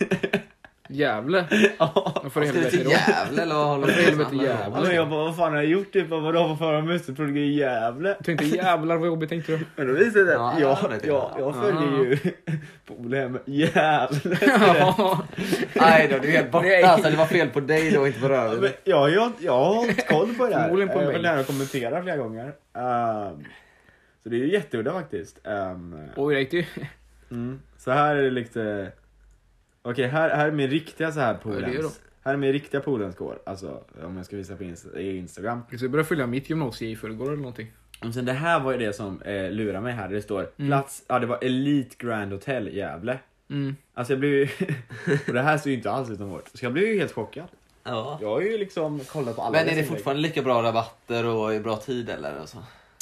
Jävlar. Ja. Vad för Ska du helvete till då? Gävle eller vad håller För du helvete, på med? Gävle. Alltså jag bara, vad fan har jag gjort typ? Vad då på förra mössprovning i Gävle? Jag tänkte jävlar vad jobbigt tänkte du. Men då visade det Ja, att ja, jag, det jag, är jag det. följer ju Polhem Gävle. Ja. Nej då, du är helt borta. Nej. Alltså, det var fel på dig då, inte på Men rödvinet. jag, jag, jag har hållit koll på det här. Förmodligen på Jag har mig. varit nära att kommentera flera gånger. Um, så det är ju jätteudda faktiskt. Um, Oj, det gick det ju. Mm. Så här är det lite. Okej, här, här är min riktiga så här Vad är det då? polens. Här är min riktiga polenscore. Alltså om jag ska visa på Insta- i Instagram. Jag ska börja följa mitt gymnasie i förrgår eller någonting. Och sen det här var ju det som eh, lurar mig här. Det står Mm. plats, ja det var Elite Grand Hotel Gävle. Mm. Alltså jag blev ju, och det här ser ju inte alls ut som vårt. Så jag blev ju helt chockad. Ja. Jag har ju liksom kollat på alla. Men är det dessa fortfarande lika bra rabatter och i bra tid eller? Alltså?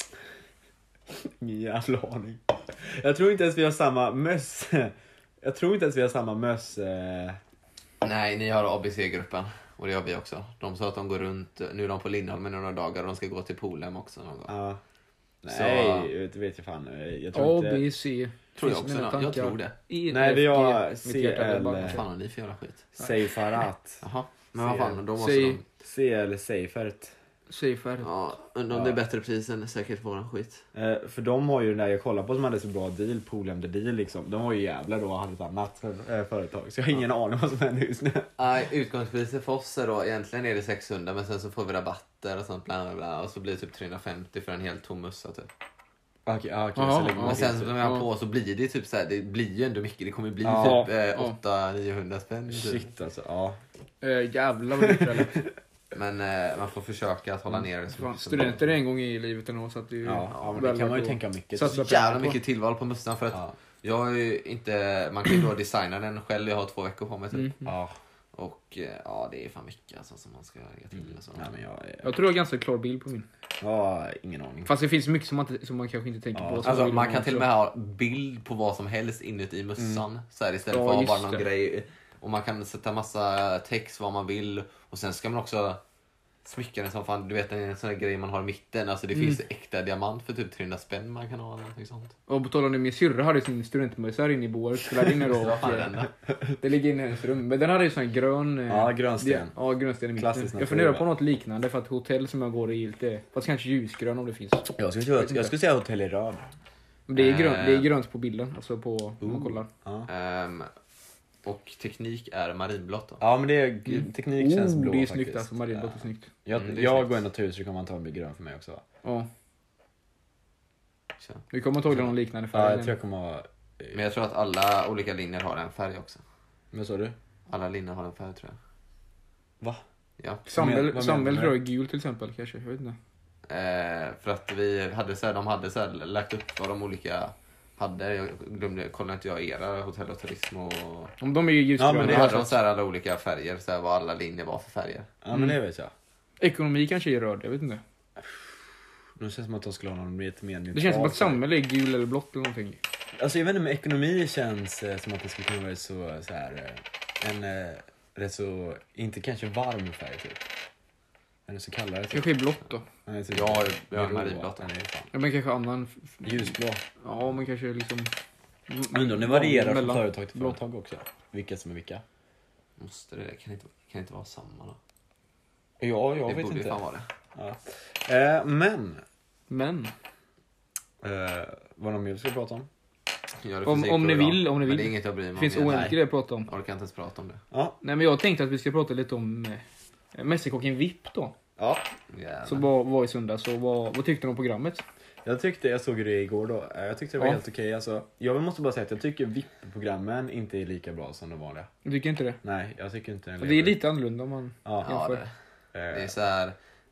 inlägg. Jävla aning. Jag tror inte ens vi har samma möss. Jag tror inte ens vi har samma möss. Eh... Nej, ni har A B C-gruppen. Och det har vi också. De sa att de går runt, nu är de på Lindholmen i några dagar och de ska gå till Polhem också någon gång. Ja. Nej, Så- det vet jag fan. Jag tror A, inte. B, C. Tror jag Finns också. mina Jag tankar. tror det. E, Nej, F, vi har G. Mitt C, hjärta blir L. bara- Vad fan har ni för jävla skit? Seifarat. Jaha. Men vad fan, då måste Säg- de... C eller Seifert. Safer. Ja, undrar om det är bättre pris än säkert våran skit. Eh, för de har ju den där jag kollade på som hade så bra deal, Polhem the deal liksom. De var ju jävla då och hade ett annat eh, företag. Så jag har ingen aning vad som händer just nu. Nej, utgångspriset för oss är då, egentligen är det sexhundra men sen så får vi rabatter och sånt bla bla bla. Och så blir det typ trehundrafemtio för en helt tom mössa typ. Okej, ja, okej. Jaha, så lägger man ja. Men sen till så så. när jag har Ja. på så blir det typ så här, det blir ju ändå mycket. Det kommer bli Ja. typ eh, Ja. åtta niohundra spänn. Typ. Shit alltså, ja. Äh, jävlar vad dyrt det är. Men eh, man får försöka att hålla ner det så Fan, mycket som studenter är en gång i livet ändå så att det är ju Ja, ja men väl det kan man ju värt att tänka mycket. satsa Så jävla pengar på. mycket tillval på mössan för att Ja. jag har ju inte, man kan ju då designa den själv, jag har två veckor på mig typ. Mm. Ja, Och eh, ja, det är fan mycket alltså, som man ska lägga till. Och så. nej, men jag, jag, Jag tror jag har ganska klar bild på min. jag har ingen aning. Fast det finns mycket som man, inte, som man kanske inte tänker Ja. på. så Alltså vill man kan till och också- med ha bild på vad som helst inuti mössan. Så här, istället Ja, för att ha just bara någon det. grej. Och man kan sätta massa text vad man vill. Och sen ska man också smycka den som fan, du vet en sån här grej man har i mitten. Alltså det Mm. finns äkta diamant för typ trehundra spänn man kan ha eller någonting sånt. Och på tal om det, min syrra hade sin studentmössa här inne i boet. Spelade inne då. Vad fan är och, den då? det ligger inne i hennes rum. Men den hade ju sån här grön... eh, Ja, grön sten. Ja, grön sten i mitten. Klassisk natur, Jag funderar va? på något liknande för att hotell som jag går i lite... Fast kanske ljusgrön om det finns. Jag skulle säga, jag skulle säga hotell i röd. Men det är, grön, Eh. det är grönt på bilden. Alltså på... Om man Ooh. kollar. Ja. Ehm, och teknik är marinblått då. Ja men det är, teknik känns Oh, blå det är faktiskt. snyggt alltså. Marinblått är snyggt. Jag, Mm, det är jag snyggt. går i natur så kan man ta en bli grön för mig också va? Ja. Så. Vi kommer antagligen någon liknande Ja, färg. jag tror jag kommer ha... Men jag tror att alla olika linjer har en färg också. Vad sa du? Alla linjer har en färg tror jag. Va? Ja. Vad men- Samuel, vad menar Samuel du? tror jag är gul till exempel kanske. Jag vet inte. Eh, för att vi hade så här, de hade så här, lagt upp vad de olika hade. Jag glömde, kollade inte jag era hotell och turism och... Om de är ju Ja, ljusgröna. men Men det då är hade så- de så här alla olika färger, så här vad alla linjer var för färger. Ja men det vet jag. Ekonomi kanske är röd, jag vet inte. Det känns som att de skulle ha någon lite mer neutral Det känns som att färg. Samuel är gul eller blått eller någonting. Alltså jag vet inte, men ekonomi känns eh, som att det skulle kunna vara så, så här eh, en eh, rätt så, inte kanske varm färg typ. Eller så kallare typ. Kanske är blått då. Nej, typ Ja, jag är grå. marinblått. Nej, fan. Ja, men kanske annan... Ljusblå. Ja, men kanske liksom... Men undrar om det varierar från mellan- företag till blå. företag också. Vilka som är vilka. Måste det, kan det inte, kan det inte vara samma då? Ja, jag det vet borde ju inte. fan vara det. Ja. Eh, men, Men, eh, vad de mer vi ska prata om? Gör det Om- fysik om då ni idag. vill, om ni Men vill. det är inget jag bryr mig det finns om. oändligt Jag grejer att prata om. orkar inte ens prata om det. Ja. Nej, men jag tänkte att vi ska prata lite om eh, Mästerkocken V I P då. Ja. Jävlar. Som var, var i söndags. Så vad, vad tyckte du om programmet? Jag tyckte, jag såg det igår då. Eh, Jag tyckte det var Ja. helt okej. Alltså, jag måste bara säga att jag tycker V I P-programmen inte är lika bra som de vanliga. Jag tycker inte det. Nej, jag tycker inte den För det är lite annorlunda om man... Ja. Ja, jämför. det, Eh, det är så här.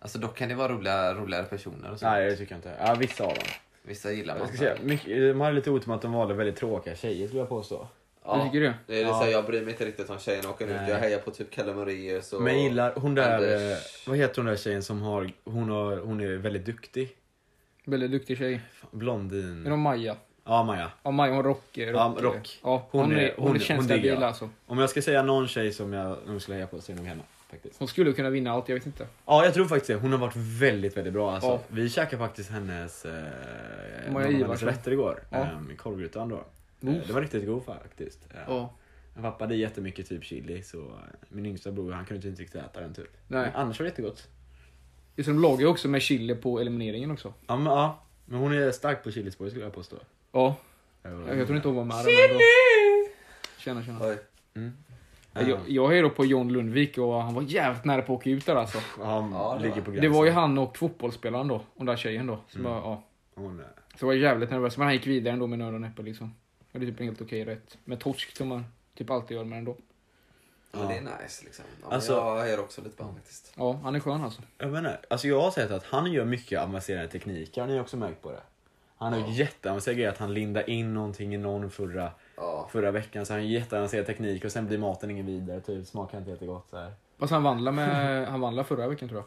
Alltså då kan det vara roliga, roligare personer och så. Nej, det tycker jag inte. Ja, vissa av dem. Vissa gillar Jag man. ska säga, mycket, de hade lite otur med att de valde väldigt tråkiga tjejer, skulle jag påstå. Jag tycker det. Det är det Ja. så här, jag bryr mig inte riktigt om tjejerna åker ut. Nej. Jag hejar på typ Kalle Moraeus och... Men jag gillar hon där, Anders. eh, vad heter hon där tjejen som har, hon, har, hon är väldigt duktig. Väldigt duktig tjej. Blondin. Är de Maja? Ja, Maja. Ja, Maja, hon rock. rock Ja, rock. Ja, hon, Hon är- är, hon, hon- är hon känslig diggar jag. alltså. Om jag ska säga någon tjej som jag nog skulle heja på så är det nog henne. Faktiskt. Hon skulle kunna vinna allt, jag vet inte. Ja, jag tror faktiskt det. Hon har varit väldigt, väldigt bra. Alltså. Ja. Vi käkade faktiskt hennes, eh, Maja någon av hennes Ivarsson. rätter igår. Ja. Eh, I korvgrytan då. Oh. Eh, det var riktigt god faktiskt. Eh, Ja. Min pappa hade jättemycket typ chili, så eh, min yngsta bror han kunde inte riktigt äta den typ. Nej. Men annars var det jättegott. Just de lagar ju också med chili på elimineringen också. Ja, men, ja. men hon är stark på chilispår skulle jag påstå. Ja, Eh, jag, jag tror inte hon var med där. men då- Tjena, tjena. Oj. Mm. Jag, jag är då på John Lundvik och han var jävligt nära på att åka ut där alltså. Han Ja, det ligger var- på Det gränsen. var ju han och fotbollsspelaren då, och den där tjejen då. Som Mm. var, ja. Hon, eh, Så jag var jävligt nervös, men han gick vidare ändå med nöd och näppe liksom. Det är typ en helt okej rätt. Med torsk som man typ alltid gör med ändå. Ja, men det är nice liksom. Ja, men Alltså- jag hejar också lite på honom faktiskt. Ja, han är skön alltså. Jag menar, alltså jag har sett att han gör mycket avancerade tekniker. Har ni också märkt på det? Han har Ja. ja. jätteavancerad grej att han lindar in någonting i någon förra, Ja. förra veckan. Så han har jätteavancerad teknik och sen blir maten ingen vidare. Typ smakar inte jättegott så här. Fast han vandlar med, han vandlar förra veckan tror jag.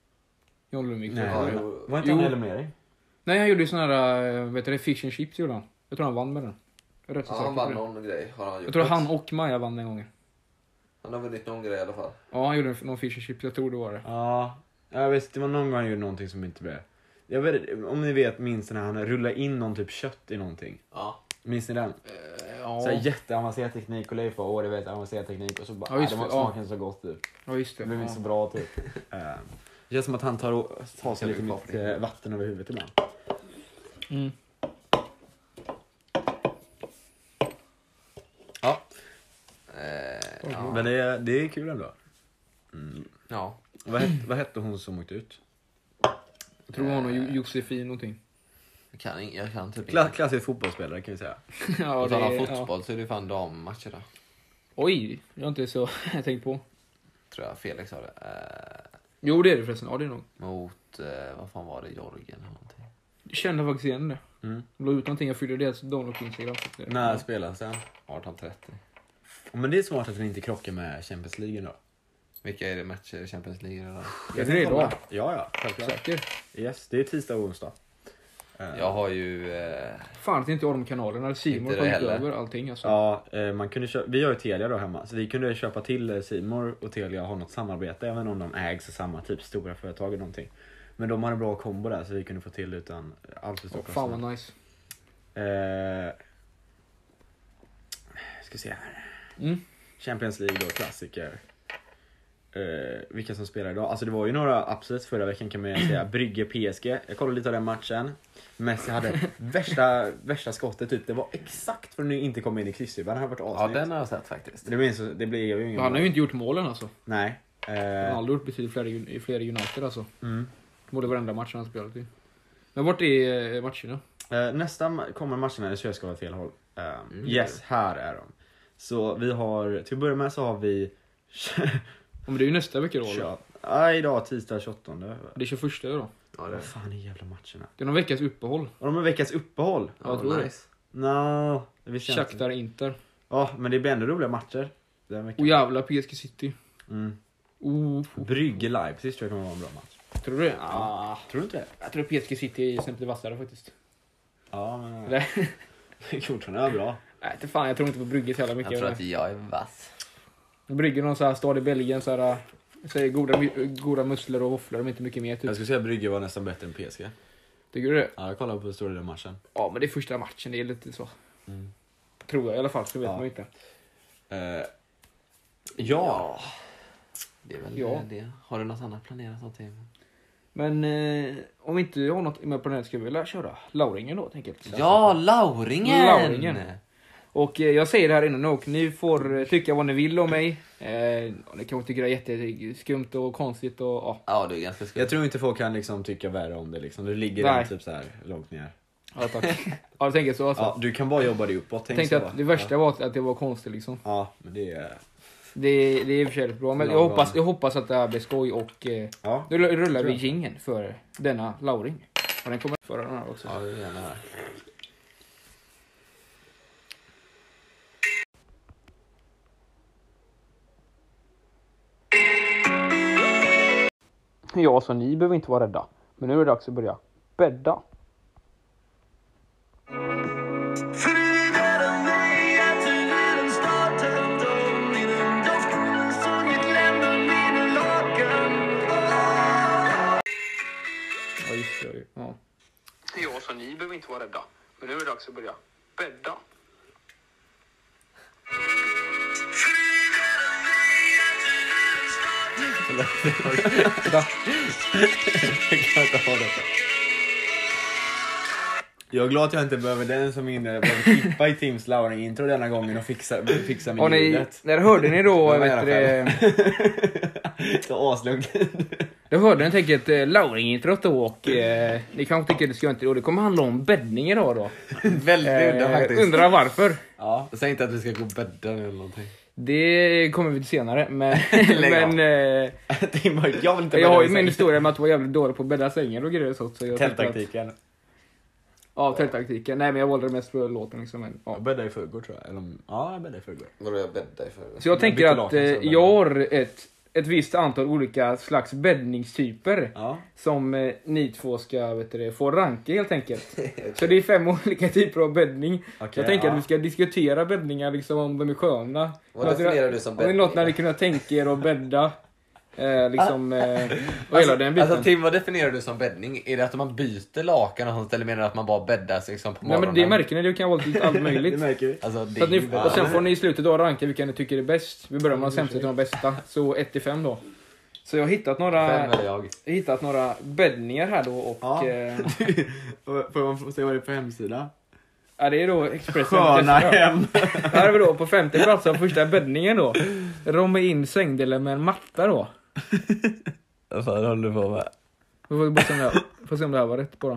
John Lundvik. Nej, Ja, var, jo. var inte Jo. han eliminering? Nej, han gjorde ju sån här, äh, vet du det, fish and chips gjorde han. Jag tror han vann med den. Jag är rätt så Ja, säker han på vann det. någon grej. Har han gjort. Jag tror han och Maja vann den gången. Han har vunnit någon grej i alla fall. Ja, han gjorde någon fish and chips, jag tror det var det. Ja, jag vet, det var någon gång han gjorde någonting som inte blev. Jag vet, om ni vet, minns den här, han rullar in någon typ kött i någonting. Ja. Minns ni den? Eh, ja. Så här jätteavancerad teknik och Leif var åh det vet avancerad teknik och så bara, Ja, just ja, det det, smakar ja. inte så gott typ. ja, just Det det. blev Ja. inte så bra typ. Eh, Det känns som att han tar, och- tar sig lite Kan du mycket eh, vatten över huvudet ibland. Mm. Ja, Eh, ja. men det, är- det är kul ändå. Mm. ja. Vad, hette, vad hette hon som åkte ut? Jag tror det var någon Jo- Josefin någonting. Jag kan, ing- jag kan typ Kla, klassisk fotbollsspelare kan vi säga. Ja, På tal om ja. fotboll så är det ju fan dammatcher då. Oj, jag har inte så jag tänkt på. Tror jag Felix sa det. Eh, Jo, det är det förresten. Ja, det är nog. mot, eh, vad fan var det? Jorgen eller någonting. Jag kände faktiskt igen det. Mm. De la ut någonting, jag fyllde deras download på Instagram. så att det- När spelas den? arton trettio. Men det är smart att den inte krockar med Champions League då. Vilka är det matcher i Champions League då? Jag tror det är idag. Ja, ja, självklart. Säker. Yes, det är tisdag och onsdag. Eh, Jag har ju... Eh, Fan att inte jag har de kanalerna. Simon Inte har det tagit heller. över allting alltså. Ja, eh, man kunde köpa, vi har ju Telia då hemma, så vi kunde köpa till Simor och Telia har något samarbete, även om de ägs av samma typ stora företag eller någonting. Men de har en bra kombo där så vi kunde få till utan allt för stor Åh, fan vad nice. Eh, ska se här. Mm. Champions League då, klassiker. Eh, vilka som spelar idag. Alltså det var ju några absolut förra veckan kan man ju säga. Brygge P S G. Jag kollade lite av den matchen. Messi hade värsta, värsta skottet typ. Det var exakt för att nu inte komma in i kryssyban. Det har varit ja, avsnitt. den har jag sett faktiskt. Det blir så, det blir ju ingen Han har mål. ju inte gjort målen alltså. Nej. Han har Eh, aldrig gjort betydligt fler i fler i United alltså. mm. Både varenda match han spelat i. Men vart är eh, matcherna? eh, nästa ma- kommer matcherna, nu ska jag ska vara fel håll. Eh, Mm. Yes, här är de. Så vi har, till att börja med så har vi Ja, men det är ju nästa vecka då. eller? Ja, ja, idag tisdag tjugosjuttonde. Det är tjugoförsta då. Ja, det Vad fan är jävla matcherna? Det är någon veckas uppehåll. Och de har veckans uppehåll. Ja, jag tror det. nice. No, det visste jag inte. Shakhtar Inter. Ja, men det blir ändå roliga matcher. Den veckan. Och jävla P S G City. Mm. Oh, Brygge Leipzig tror jag kommer vara en bra match. tror du det? Ja. Tror du inte det? Jag tror P S G City är snäppet vassare faktiskt. Ja, men... Eller? Fortfarande är bra. Nej, inte fan. Jag tror inte på Brygge så jävla mycket. Jag tror att jag är vass. Brygge någon så här stad i Belgien så här, så här goda, goda musslor och våfflor, men inte mycket mer typ. Jag skulle säga att Brygge var nästan bättre än P S G. Tycker du det? Ja, jag kollade på stora delen av matchen. Ja, men det är första matchen, det är lite så. Mm. Tror jag i alla fall, så vet Ja. man ju inte. Eh, ja. Det är väl Ja. det. Har du något annat planerat någonting? Men eh, om vi inte har något med på den här ska vi väl köra Lauringen då, tänker jag. Ja, Lauringen! Lauringen. Och eh, jag säger det här innan nu och ni får eh, tycka vad ni vill om mig. Eh, och ni kanske tycker det är jätteskumt och konstigt och ja. Ja, du är ganska skumt. Jag tror inte folk kan liksom tycka värre om det liksom. Du ligger Nej. där typ så här långt ner. Ja, tack. Ja, jag tänker så alltså. Ja, du kan bara jobba dig uppåt. jag Tänk tänkte så. att det värsta Ja. var att, att det var konstigt liksom. Ja, men det är... Det, det är i och för sig bra, men jag hoppas, jag hoppas att det här blir skoj och eh, Ja. då rullar vi jingeln för denna Lauring. Och den kommer föra den här också. Ja, det är gärna här. Ja, så ni behöver inte vara rädda. Men nu är det dags att börja bädda. Ja, just det. Ja. Ja, så ni behöver inte vara rädda. Men nu är det dags att börja bädda. Jag är glad att jag inte behöver den som inne. Jag behöver klippa i Tims Lauring intro denna gången och fixa, fixa med Och ni, ljudet. när hörde ni då, Det var vet gärna du, Så aslugnt. då hörde ni tänket eh, Lauring-introt då och eh, ni kanske tycker det ska inte då. Det kommer handla om bäddning idag då. Väldigt udda Eh, faktiskt. undrar varför. Ja. Säg inte att vi ska gå och bädda nu eller någonting. Det kommer vi till senare, men, Lägg av. men eh, Tim, jag vill inte jag har ju bädda min i historia med att vara jävligt dålig på att bädda sängen och grejer och sånt. Så jag tänkte att, tälttaktiken. ja, tälttaktiken. Nej, men jag valde det mest för låten liksom. Men, ja. Jag bäddade i förrgår tror jag. Eller, om- ja, jag bäddade i förrgår. Vadå jag bäddar i för? Så jag Jag tänker bytte att lakan, eh, så bäddar jag har ett, ett visst antal olika slags bäddningstyper. Ja. Som eh, ni två ska vet du, få ranka helt enkelt. Så det är fem olika typer av bäddning. Okej, jag tänker ja. att vi ska diskutera bäddningar liksom, om de är sköna. Vad Något- definierar du som Om det är bäddning? något när ni kunna tänka er att bädda. Eh, liksom, eh, och hela den biten. Alltså Tim, vad definierar du som bäddning? Är det att man byter lakan och sånt eller menar du att man bara bäddas liksom på Nej, morgonen? men det märker ni, det kan vara lite allt Det möjligt. märker vi. Alltså, det Så att ni, är ju bara- och sen får ni i slutet då ranka vilka ni tycker är bäst. Vi börjar med de sämsta till de bästa. Så ett till fem då. Så jag har hittat några, Fem eller jag. jag har hittat några bäddningar här då och Ja. eh, Får man få se vad det är på hemsida? ja, det är då Expressen. Sköna hem. Här har vi då på femte plats av första bäddningen då. Romma in sängdelen med en matta då. Vad fan håller du på med? Vi får bara se om det här, får se om det här var rätt bara.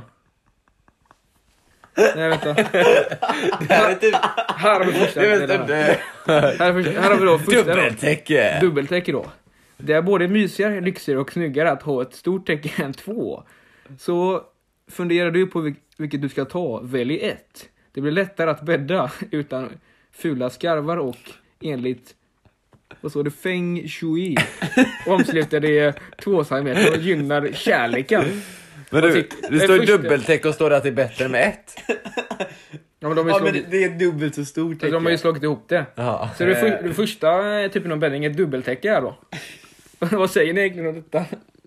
Nej, vänta. Det här är typ... Här har vi första. Det är delen väl här. Här, är första, här har vi då första då. dubbeltäcke. Dubbeltäcke då. Det är både mysigare, lyxigare och snyggare att ha ett stort täcke än två. Så funderar du på vil- vilket du ska ta, välj ett. Det blir lättare att bädda utan fula skarvar och enligt, vad så det, feng shui. Omsluter det tvåsamhet och gynnar kärleken. Men Vad du, tyck- det det står ju första- dubbeltäcke och står det att det är bättre med ett. Ja, men de har ju Ja, men slagit, det, det är dubbelt så stort de har ju slagit ihop det. Ja. Så det, för, det första eh, typen av bäddning är dubbeltäcke här då. Vad säger ni egentligen om detta?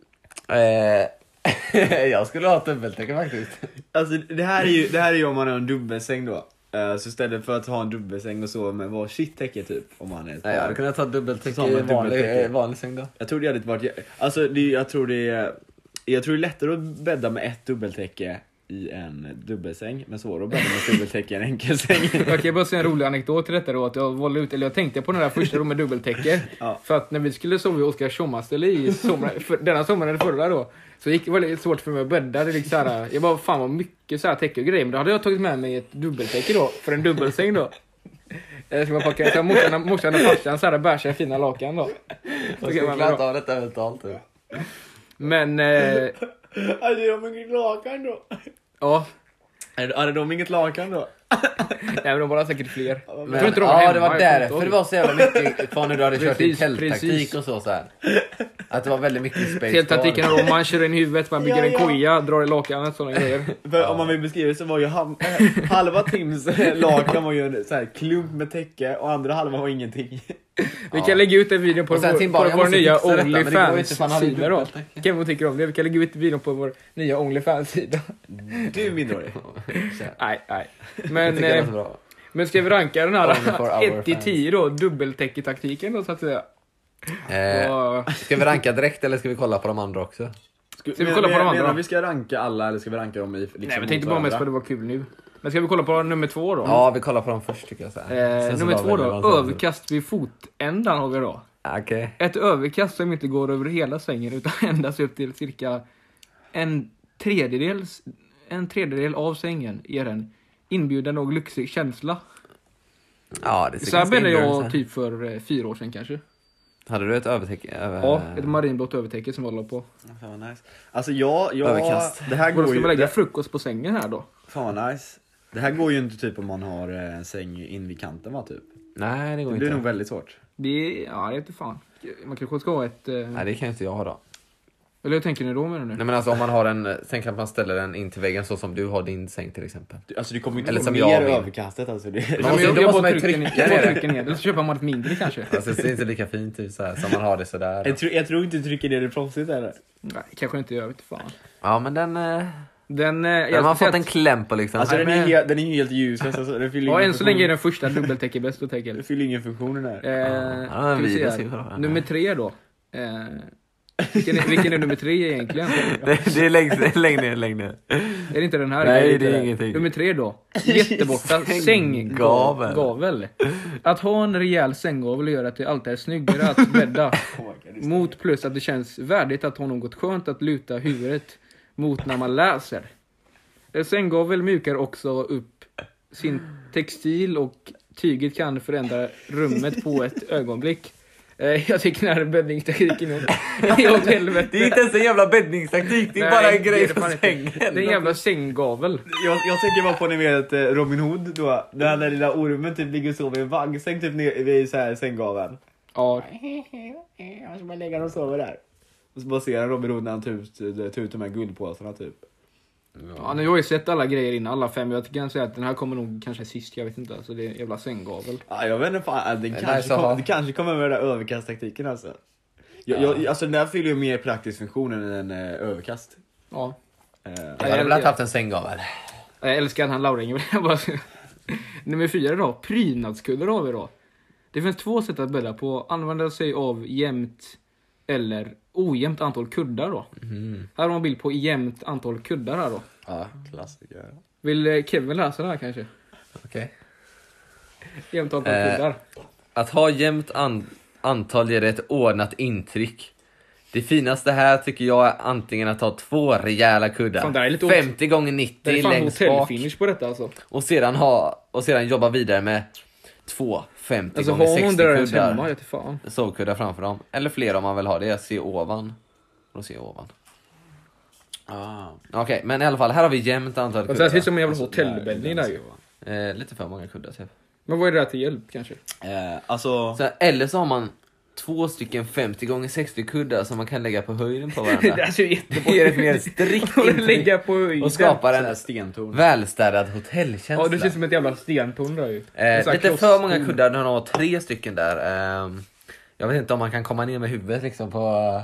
Eh, jag skulle ha ett dubbeltäcke faktiskt. Alltså det här är ju, det här är ju om man har en dubbelsäng då. Uh, så istället för att ha en dubbelsäng och sova med varsitt täcke typ. Om man är ett Nej, jag par. hade kunnat ta dubbeltäcke Som i en vanlig, dubbeltäcke. eh, vanlig säng då. Jag tror det hade varit, alltså det, jag tror det är, jag tror det är lättare att bädda med ett dubbeltäcke i en dubbelsäng, men svårare att bädda med ett dubbeltäcke i en enkelsäng. Jag kan bara säga en rolig anekdot till detta då, att jag valde ut, eller jag tänkte på den där första rummet dubbeltäcke. Ja. För att när vi skulle sova i Oskars sommarställe i sommar, för, denna sommaren eller förra då, så gick det väldigt svårt för mig att bädda. Det liksom så här, jag bara, fan vad mycket så här täcke och grejer, men då hade jag tagit med mig ett dubbeltäcke då, för en dubbelsäng då. Jag ska bara packa, så morsan, morsan och farsan så här bär sig fina lakan då. Så Jag kan ska man klara då. av detta mentalt nu. Men, eh, Hade de inget lakan då? ja, Hade de inget lakan då? nej men de var säkert fler. Jag Men, tror inte de var ja, hemma, det var jag kommer inte därför ihåg. det var så jävla mycket kvar när du hade kört din Precis, tälttaktik precis. och så, så här. Att det var väldigt mycket space Tälttaktiken kvar. är då man kör in huvudet, man bygger Ja, en ja. koja, drar i lakanet, sådana grejer. För om man vill beskriva det så var ju ham- äh, halva Tims lakan var ju en så här klump med täcke och andra halvan var ingenting. Vi kan lägga ut en video på Och sen vår, Tim på bara, jag vår måste nya fixa detta, men det går inte, för han hade OnlyFans-sida då. dubbeltäcke. Kan vi tycka om det? Vi kan lägga ut videon på vår nya OnlyFans-sida. Du är minderårig. Nej, nej. Jag Men, tycker det är eh, så bra. men ska vi ranka den Only for här our ett till tio då, dubbeltäcketaktiken då så att säga. Eh, Och, ska vi ranka direkt eller ska vi kolla på de andra också? Ska, vi kolla på de andra? Menar vi ska ranka alla eller ska vi ranka dem i liksom nej, men tänkte bara mest för att det var kul nu. Men ska vi kolla på nummer två då? Ja, vi kollar på dem först tycker jag. Så här. Eh, Sen så nummer bara två väljer då, man sen. överkast vid fotändan har vi då. Okej. Ett överkast som inte går över hela sängen utan endast upp till cirka en tredjedel, en tredjedel av sängen ger en inbjudande och lyxig känsla. Ja, det ser Så här ganska bäddade inbjudande jag ut. typ för eh, fyra år sedan kanske. Hade du ett övertäcke? Över... Ja, ett marinblått övertäcke som jag håller på. Fan vad nice. Alltså jag, jag Överkast. det här Går går ska ju man lägga det, frukost på sängen här då? fan vad nice. Det här går ju inte typ om man har en säng in vid kanten va typ. Nej, det går Det inte. blir nog väldigt svårt. Det är, ja, det är inte fan. Man kanske ska ha ett... Eh... Nej, det kan inte jag ha då. Eller hur tänker ni då med det nu? Nej men alltså om man har en, tänk att man ställer den in till väggen så som du har din säng till exempel. Alltså det kommer ju Eller inte som få jag mer min. överkastet alltså. Det, Ja, Man men måste- jag, då jag måste bara man ju trycker ner, trycka jag bara ner det. trycker ner. Eller så köper man ett mindre kanske. Alltså det ser inte lika fint ut så här, som man har det sådär. jag, tror, jag tror inte du trycker ner det proffsigt eller? Nej, kanske inte, jag vet inte fan. Ja men den, eh, Den, eh, den jag har ska fått en säga kläm på liksom. Alltså Nej, den är, men- helt, den är ju helt useless alltså. Den fyller att- Ja, ingen än så länge är funktion. den första dubbeltäcke bäst att Den tänka. fyller ingen funktion den här. Eh, Ja, ska vi vi se får här. se vad det är. Nummer tre då. Eh, vilken, är, vilken är nummer tre egentligen? det, det är längst, längst ner, längst ner. Är det inte den här? Nej, Inte det är den. ingenting. Nummer tre då. Jätteborta. Sänggavel. Sänggavel. Att ha en rejäl sänggavel gör att det alltid är snyggare att bädda. Mot plus att det känns värdigt att ha något skönt att luta huvudet mot när man läser. En sänggavel mjukar också upp sin textil och tyget kan förändra rummet på ett ögonblick. Eh, Jag tycker den här bäddningstekniken är åt helvete. Det är inte ens en jävla bäddningstaktik, det är Nej, bara det en grej är det på fan inte. sängen. Det är en jävla sänggavel. Jag, jag tänker bara på ni vet eh, Robin Hood då. När den där lilla ormen typ ligger och sover i en vaggsäng typ ner vid så här sänggaveln. Ja, Och så bara lägger och sover där. Och så bara ser han Robin Hood när han tar ut, tar ut de här guldpåsarna typ. ja, nu har jag ju sett alla grejer innan, alla fem. Jag kan säga att den här kommer nog kanske sist, jag vet inte. Alltså det är en jävla sänggavel. Ja, jag vet inte fan, den är kanske, nice att kom, ha. det kanske kommer med den där överkasttaktiken alltså. Jag, jag, alltså den där fyller ju mer praktisk funktion än en eh, överkast. Ja. Eh, Jag hade velat haft en sänggavel. Jag älskar han Lauringen. Nummer fyra då, prydnadskuddar har vi då. Det finns två sätt att bädda på. Använda sig av jämnt eller ojämnt antal kuddar då. Mm. Här har man bild på jämnt antal kuddar här då. ja, klassiker. Vill eh, Kevin läsa det här kanske? Okej. Jämnt antal Eh, kuddar. Att ha jämnt an- antal ger ett ordnat intryck. Det finaste här tycker jag är antingen att ha två rejäla kuddar. Fan, det här är lite femtio gånger Det är nittio fan längst bak. hotellfinish på detta alltså. Och sedan, ha, och sedan jobba vidare med två femtio Alltså gånger har hon sextio det där ens hemma, kuddar. jag vet fan. Sovkuddar framför dem. Eller fler om man vill ha det. Se ovan. Och se ovan. Ah. Okej, men i alla fall. Här har vi jämnt antal Alltså, det ser ut kuddar. som en jävla Alltså, hotellbäddning där ju. Eh, lite för många kuddar typ. Men vad är det där till hjälp kanske? Eh, alltså, Så, eller så har man två stycken femtio gånger sextio kuddar som man kan lägga på höjden på Det varandra. här ser Det jättebra ger ett mer strikt intryck Lägga på höjden. och skapar så här en stentorn. välstädad hotellkänsla. Ja, det ser ut som ett jävla stentorn där ju. En Eh, sån här lite för klosstorn. många kuddar, när de har tre stycken där. Ehm, jag vet inte om man kan komma ner med huvudet liksom på...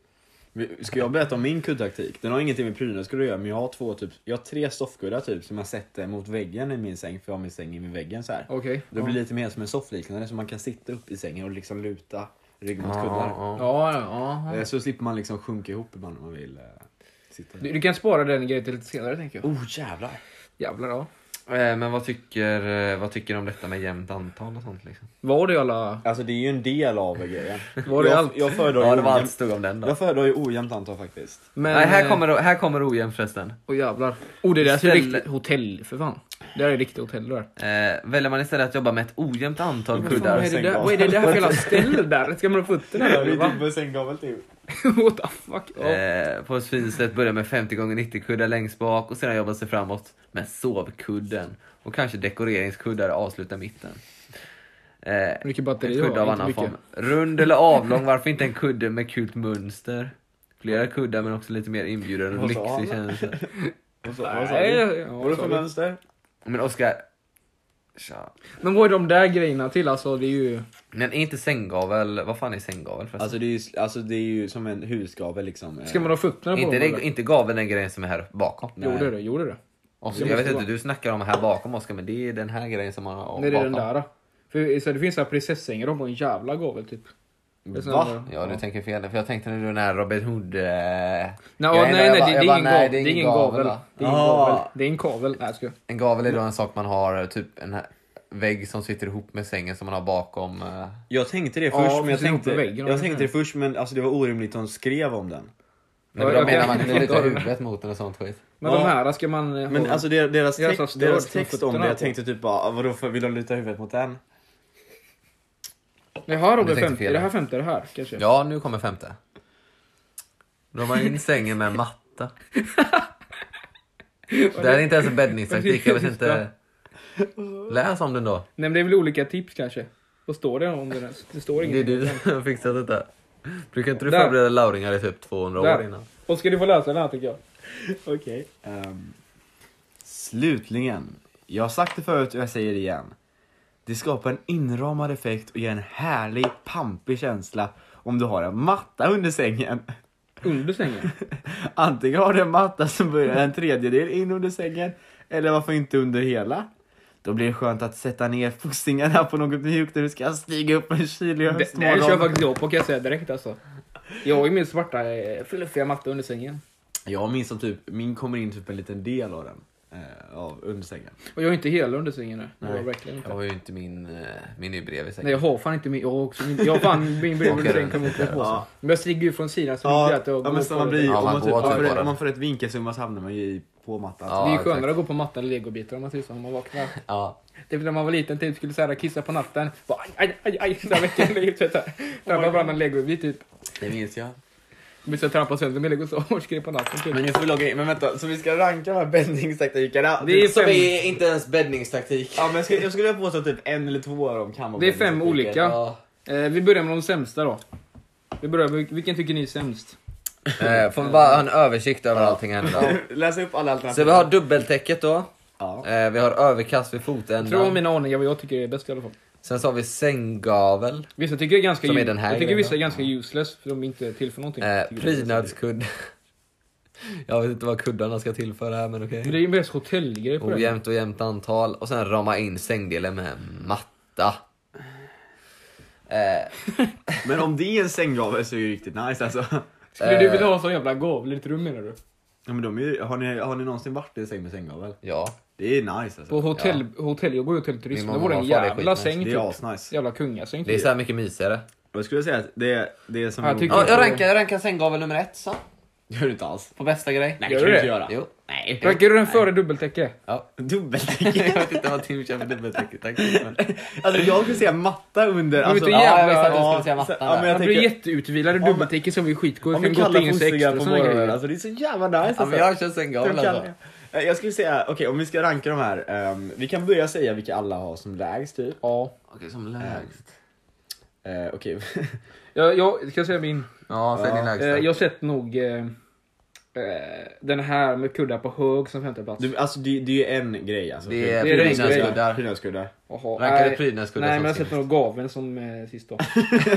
Ska jag berätta om min kuddtaktik? Den har ingenting med prydnadskuddar att göra, men jag har två typ, jag har tre soffkuddar typ som jag sätter mot väggen i min säng, för jag har min säng i min väggen så här. Okej. Det blir lite mer som en soffliknande, så man kan sitta upp i sängen och liksom luta rygg mot kuddar. Ja, Ja, ja. ja. Eh, Så slipper man liksom sjunka ihop ibland om man vill eh, sitta Du, där. du kan spara den grejen till lite senare tänker jag. Oh jävlar! Jävlar ja. Eh, men vad tycker, eh, vad tycker du om detta med jämnt antal och sånt liksom? Var det alla... Alltså det är ju en del av grejen. Var det jag, allt? jag föredrar Ja, ju det var allt ojämnt, stod om den då. jag föredrar ju ojämnt antal faktiskt. Men, Nej, här eh, kommer, här kommer ojämnt förresten. Åh jävlar. Oh, det där är Ställ- riktigt hotell för fan. Det där är riktigt hotell där. Eh, väljer man istället att jobba med ett ojämnt antal Vad fan kuddar. är det där? Vad är det där för jävla ställ där? Ska man ha fötterna där eller va? på sänggavel typ. What the fuck? Ja. Eh, på ett fint sätt börja med femtio gånger nittio kuddar längst bak och sedan jobba sig framåt med sovkudden. Och kanske dekoreringskuddar och avsluta mitten. Eh, Mycket en batteri kudde av har, annan inte form. mycket. Rund eller avlång, varför inte en kudde med kul mönster? Flera kuddar men också lite mer inbjudande och Vad sa lyxig han? känsla. Vad sa, vad sa Nej, du? ja, Vad är det för sorry. mönster? Men Oskar, tja. Men vad är de där grejerna till alltså? Det är ju... Men är inte sänggavel, vad fan är sänggavel förresten? Alltså det, är ju, alltså det är ju som en husgavel liksom. eh. Ska man ha fötterna på inte, dem det, eller? inte gaveln den grejen som är här bakom. Nej. Gjorde det, gjorde det. Oskar, Det jag vet måste inte, vara. du snackar om här bakom Oskar, men det är den här grejen som man har Nej, det är bakom. den där. För så det finns så här prinsessängar, de har en jävla gavel typ. Det är sån Va? här- Ja, du tänker fel. För jag tänkte när du den här Robin Hood... Eh... Nej, jag nej, nej, jag det, bara- det, jag är bara, ingen nej, gavel. Det är ingen gavel. va? Det är ingen Ah. gavel. Det är en kavel. Nej, jag ska. En gavel är då en sak man har, typ en här vägg som sitter ihop med sängen som man har bakom. Eh... Jag tänkte det Ja, först, men jag precis, ihop tänkte, med väggen och jag det. tänkte det först, men alltså det var orimligt att de skrev om den. Nej, men Ja, jag menar okej. man kunde luta Ja. huvudet mot den och sånt skit. Men Ja. de här ska man eh, Men ha. alltså deras, deras, Jag är så text, störd deras från text om fötterna det, jag på. tänkte typ bara, vadå för vill de luta huvudet mot den? Jaha, Du Robert, tänkte femte. fel. Är det här femte? Är det här kanske? Ja, nu kommer femte. De har in sängen med matta. Det är inte ens en bäddningstaktik, jag vet inte. Läs om den då. Nej, men det är väl olika tips kanske. Vad står det om den? Det står Det är inget. du som har fixat detta. Brukar inte du Där. förbereda lauringar i typ tvåhundra Där. år innan? Och ska du få läsa den här tycker jag. Okej. Ehm, slutligen. Jag har sagt det förut och jag säger det igen. Det skapar en inramad effekt och ger en härlig, pampig känsla om du har en matta under sängen. Under sängen. Antingen har du en matta som börjar en tredjedel in under sängen, eller varför inte under hela. Då blir det skönt att sätta ner fossingarna på något mjukt när du ska stiga upp en kylig Det, det höstmorgon. kör faktiskt jag på, kan jag säga direkt alltså. Jag har ju min svarta eh, fluffiga matta under sängen. Jag minns som typ, min kommer in typ en liten del av den. Eh, av undersängen. Och jag har inte hela under sängen nu. Det var Nej. verkligen inte. Jag har ju inte min, eh, min är ju bredvid sängen. Nej, jag har fan inte min. Jag har också min. Jag har fan min brev under sängen kommer inte på sig. Ja. Men jag stiger ju från sidan så det Ja, blir att jag ja går men så på man det. blir, Ja, om, man man typ, går om, man typ får, på om det. man får ett vinkelsumma så hamnar man ju i på mattan. Ja. Det är ju exakt. skönare att gå på mattan eller legobitar om man tycker så, om man vaknar. Ja. Typ när man var liten typ skulle så här kissa på natten. Bara, aj, aj, aj, aj, så här veckan. Trampa varannan legobit typ. Det minns jag. Men så trampar sönder med lego så hårt skrev på natten typ. Men nu får vi logga in. Men vänta, så vi ska ranka de här bäddningstaktikerna. Det är Som fem, är inte ens bäddningstaktik. Ja, men jag skulle, jag skulle vilja påstå att typ en eller två av dem kan vara det är fem bäddningstaktiker. olika. Ja. Eh, vi börjar med de sämsta då. Vi börjar med, vilken tycker ni är sämst? Eh, får vi bara ha en översikt över allting här nu då. Läs upp alla alternativ. Så vi har dubbeltäcket då. Ja. Eh, vi har överkast vid fotändan. Tror mina aningar vad jag tycker är bäst i alla fall. Sen så har vi sänggavel. Vissa tycker det är ganska Som är u- den här Jag tycker grejen, vissa är då. ganska useless för de är inte till för någonting. Eh, Jag tycker det är prydnadskudd. Jag vet inte vad kuddarna ska tillföra här, men okej. Men det är ju mest hotellgrejer på det. Ojämnt och jämnt antal. Och sen rama in sängdelen med matta. Eh, Men om det är en sänggavel så är det ju riktigt nice alltså. Skulle du vilja ha en sån jävla gavel i ditt rum menar du? Ja, men de är ju, har, ni, har ni någonsin varit i en säng med sänggavel? ja. Det är nice alltså. På hotell, hotell jag går ju hotell turism. Min Det mamma var en var farlig jävla skit, säng Det är typ. asnice. Jävla kungasäng Det är typ. så här mycket mysigare. Och jag skulle säga att det, det är som... Ja, jag tycker- Ja, jag rankar, jag rankar sänggavel nummer ett så. Gör du inte alls? På bästa grej. Nej, Gör det kan du du det? inte göra. Jo. Nej. Rankar du den före dubbeltäcke? Ja. Dubbeltäcke. Jag vet inte vad Tim kör för dubbeltäcket. Tack. Men... Alltså jag skulle säga matta under. Alltså, vet du, Ja, jag jävla- visste att du ja, skulle säga mattan ja, men där. jag Jag blir tänker- jätteutvilad i men- dubbeltäcke som vi skitgår. Om För vi gott kallar in sex fostriga och på såna morgonen. grejer. Alltså det är så jävla nice. Ja, Alltså. men jag kör sänggavel De kan- alltså. Eh, Jag skulle säga, okej om vi ska ranka de här. ehm, vi kan börja säga vilka alla har som lägst typ. Ja. Okej, som lägst. Eh, okej. Jag, jag ska säga min. Ja, säg din Ja. lägsta. Eh, jag har sett nog eh, eh, den här med kuddar på hög som femte plats. Du, alltså det, det är ju en grej alltså. Det är Det är den prydnadskuddar. Prydnadskuddar. Jaha, Rankar du nej. prydnadskuddar Nej, som men jag har sett sist? nog gaveln som eh, sist då.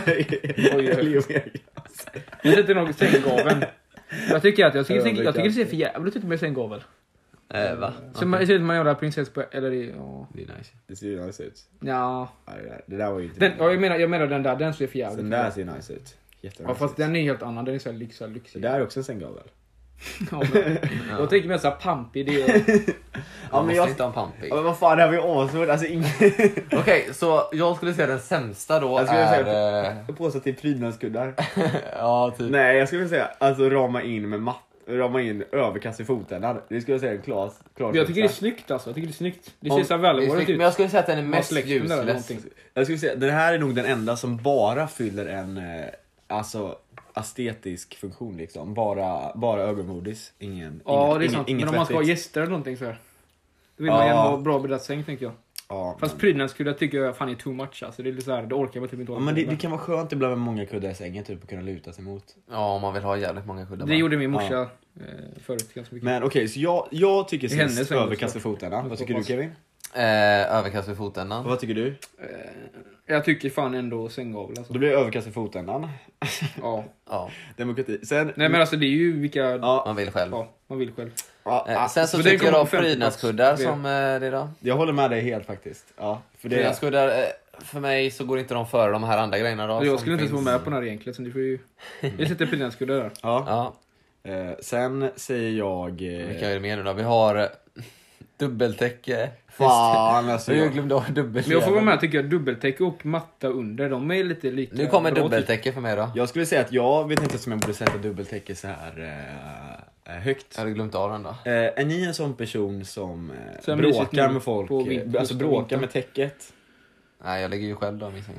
Leo Erik. Jag sätter nog sänggaveln. Jag tycker att jag tycker, Ja, det jag tycker det kan- ser för jävligt ut med sänggavel. Eh, va? Så man ser ut som man jävla prinsess på, eller det, ja. Det är nice. Det ser ju nice ut. Ja. Ja, det, där, det där var ju inte... Den, ja, jag menar, jag menar den där, den ser för jävligt Den där ser nice ut. Jättenice Ja, fast ut. den är helt annan, den är så här lyx, så här Det lyxig. där är också en sänggavel. Ja, men, jag tänker mer såhär pampig, det är... Ja, men men jag- jag... inte ha en pampig. Ja, men vad fan, det här var ju asvårt. Alltså ingen... Okej, så jag skulle säga den sämsta då Jag skulle är... säga- eh, Jag påstår till prydnadskuddar. ja, typ. Nej, jag skulle säga alltså rama in med matt. Rama in överkast i fotändan. Det skulle jag säga en klar, klar Jag tycker det är sexa. snyggt alltså, jag tycker det är snyggt. Det Om- ser såhär Det är välvårdat snyggt, ut. men jag skulle säga att den är Man mest släkten där eller useless. någonting. Jag skulle säga, den här är nog den enda som bara fyller en eh, alltså estetisk funktion liksom. Bara, bara ögonmodis. Ingen, Ja, inget, det är inget, sant. inget Men om man ska ha vettigt. gäster eller någonting så här. Då vill man Ja. gärna ha bra bäddad säng tänker jag. Ja, Fast men, prydnadskuddar tycker jag fan är too much alltså. Det är lite så här, det orkar man typ inte ja, hålla men på det, med. det kan vara skönt ibland med många kuddar i sängen typ att kunna luta sig mot. Ja, om man vill ha jävligt många kuddar. Det bara. gjorde min morsa eh, förut ganska mycket. Men okej, så jag, jag tycker Det är hennes sist säng överkast också. i fotändan. Vad tycker du Kevin? Eh, överkast vid Och fotändan. vad tycker du? Eh, jag tycker fan ändå sänggavel alltså. Då blir det överkast i fotändan. Ja. Ja, Demokrati. Sen... Nej men alltså det är ju vilka... Ja, Ja, man vill själv. man vill själv. ja, Eh, ah, sen så så det tycker jag kommer då på femte prydnadskuddar plats. som eh, det då. jag håller med dig helt faktiskt. Ja, för det... Prydnadskuddar, eh, för mig så går inte de före de här andra grejerna då. jag som skulle inte ens finns. vara med på den här egentligen så du får ju... Jag sätter prydnadskuddar där. Ja. Ja, Eh, sen säger jag... Eh, vilka är det mer nu då? Vi har eh, dubbeltäcke. fan alltså. Jag Jag, glömde av dubbeltäcke. Men jag får vara med tycker jag dubbeltäcke och matta under. De är lite lika Nu kommer bra, dubbeltäcke för mig då. jag skulle säga att jag vet inte om jag borde sätta dubbeltäcke så här eh, högt. Jag hade glömt av den då. Eh, är ni en sån person som eh, Så här mysigt bråkar nu med folk? på eh, vin- alltså just på bråkar vintern. med täcket? Nej, jag ligger ju själv då i min säng då.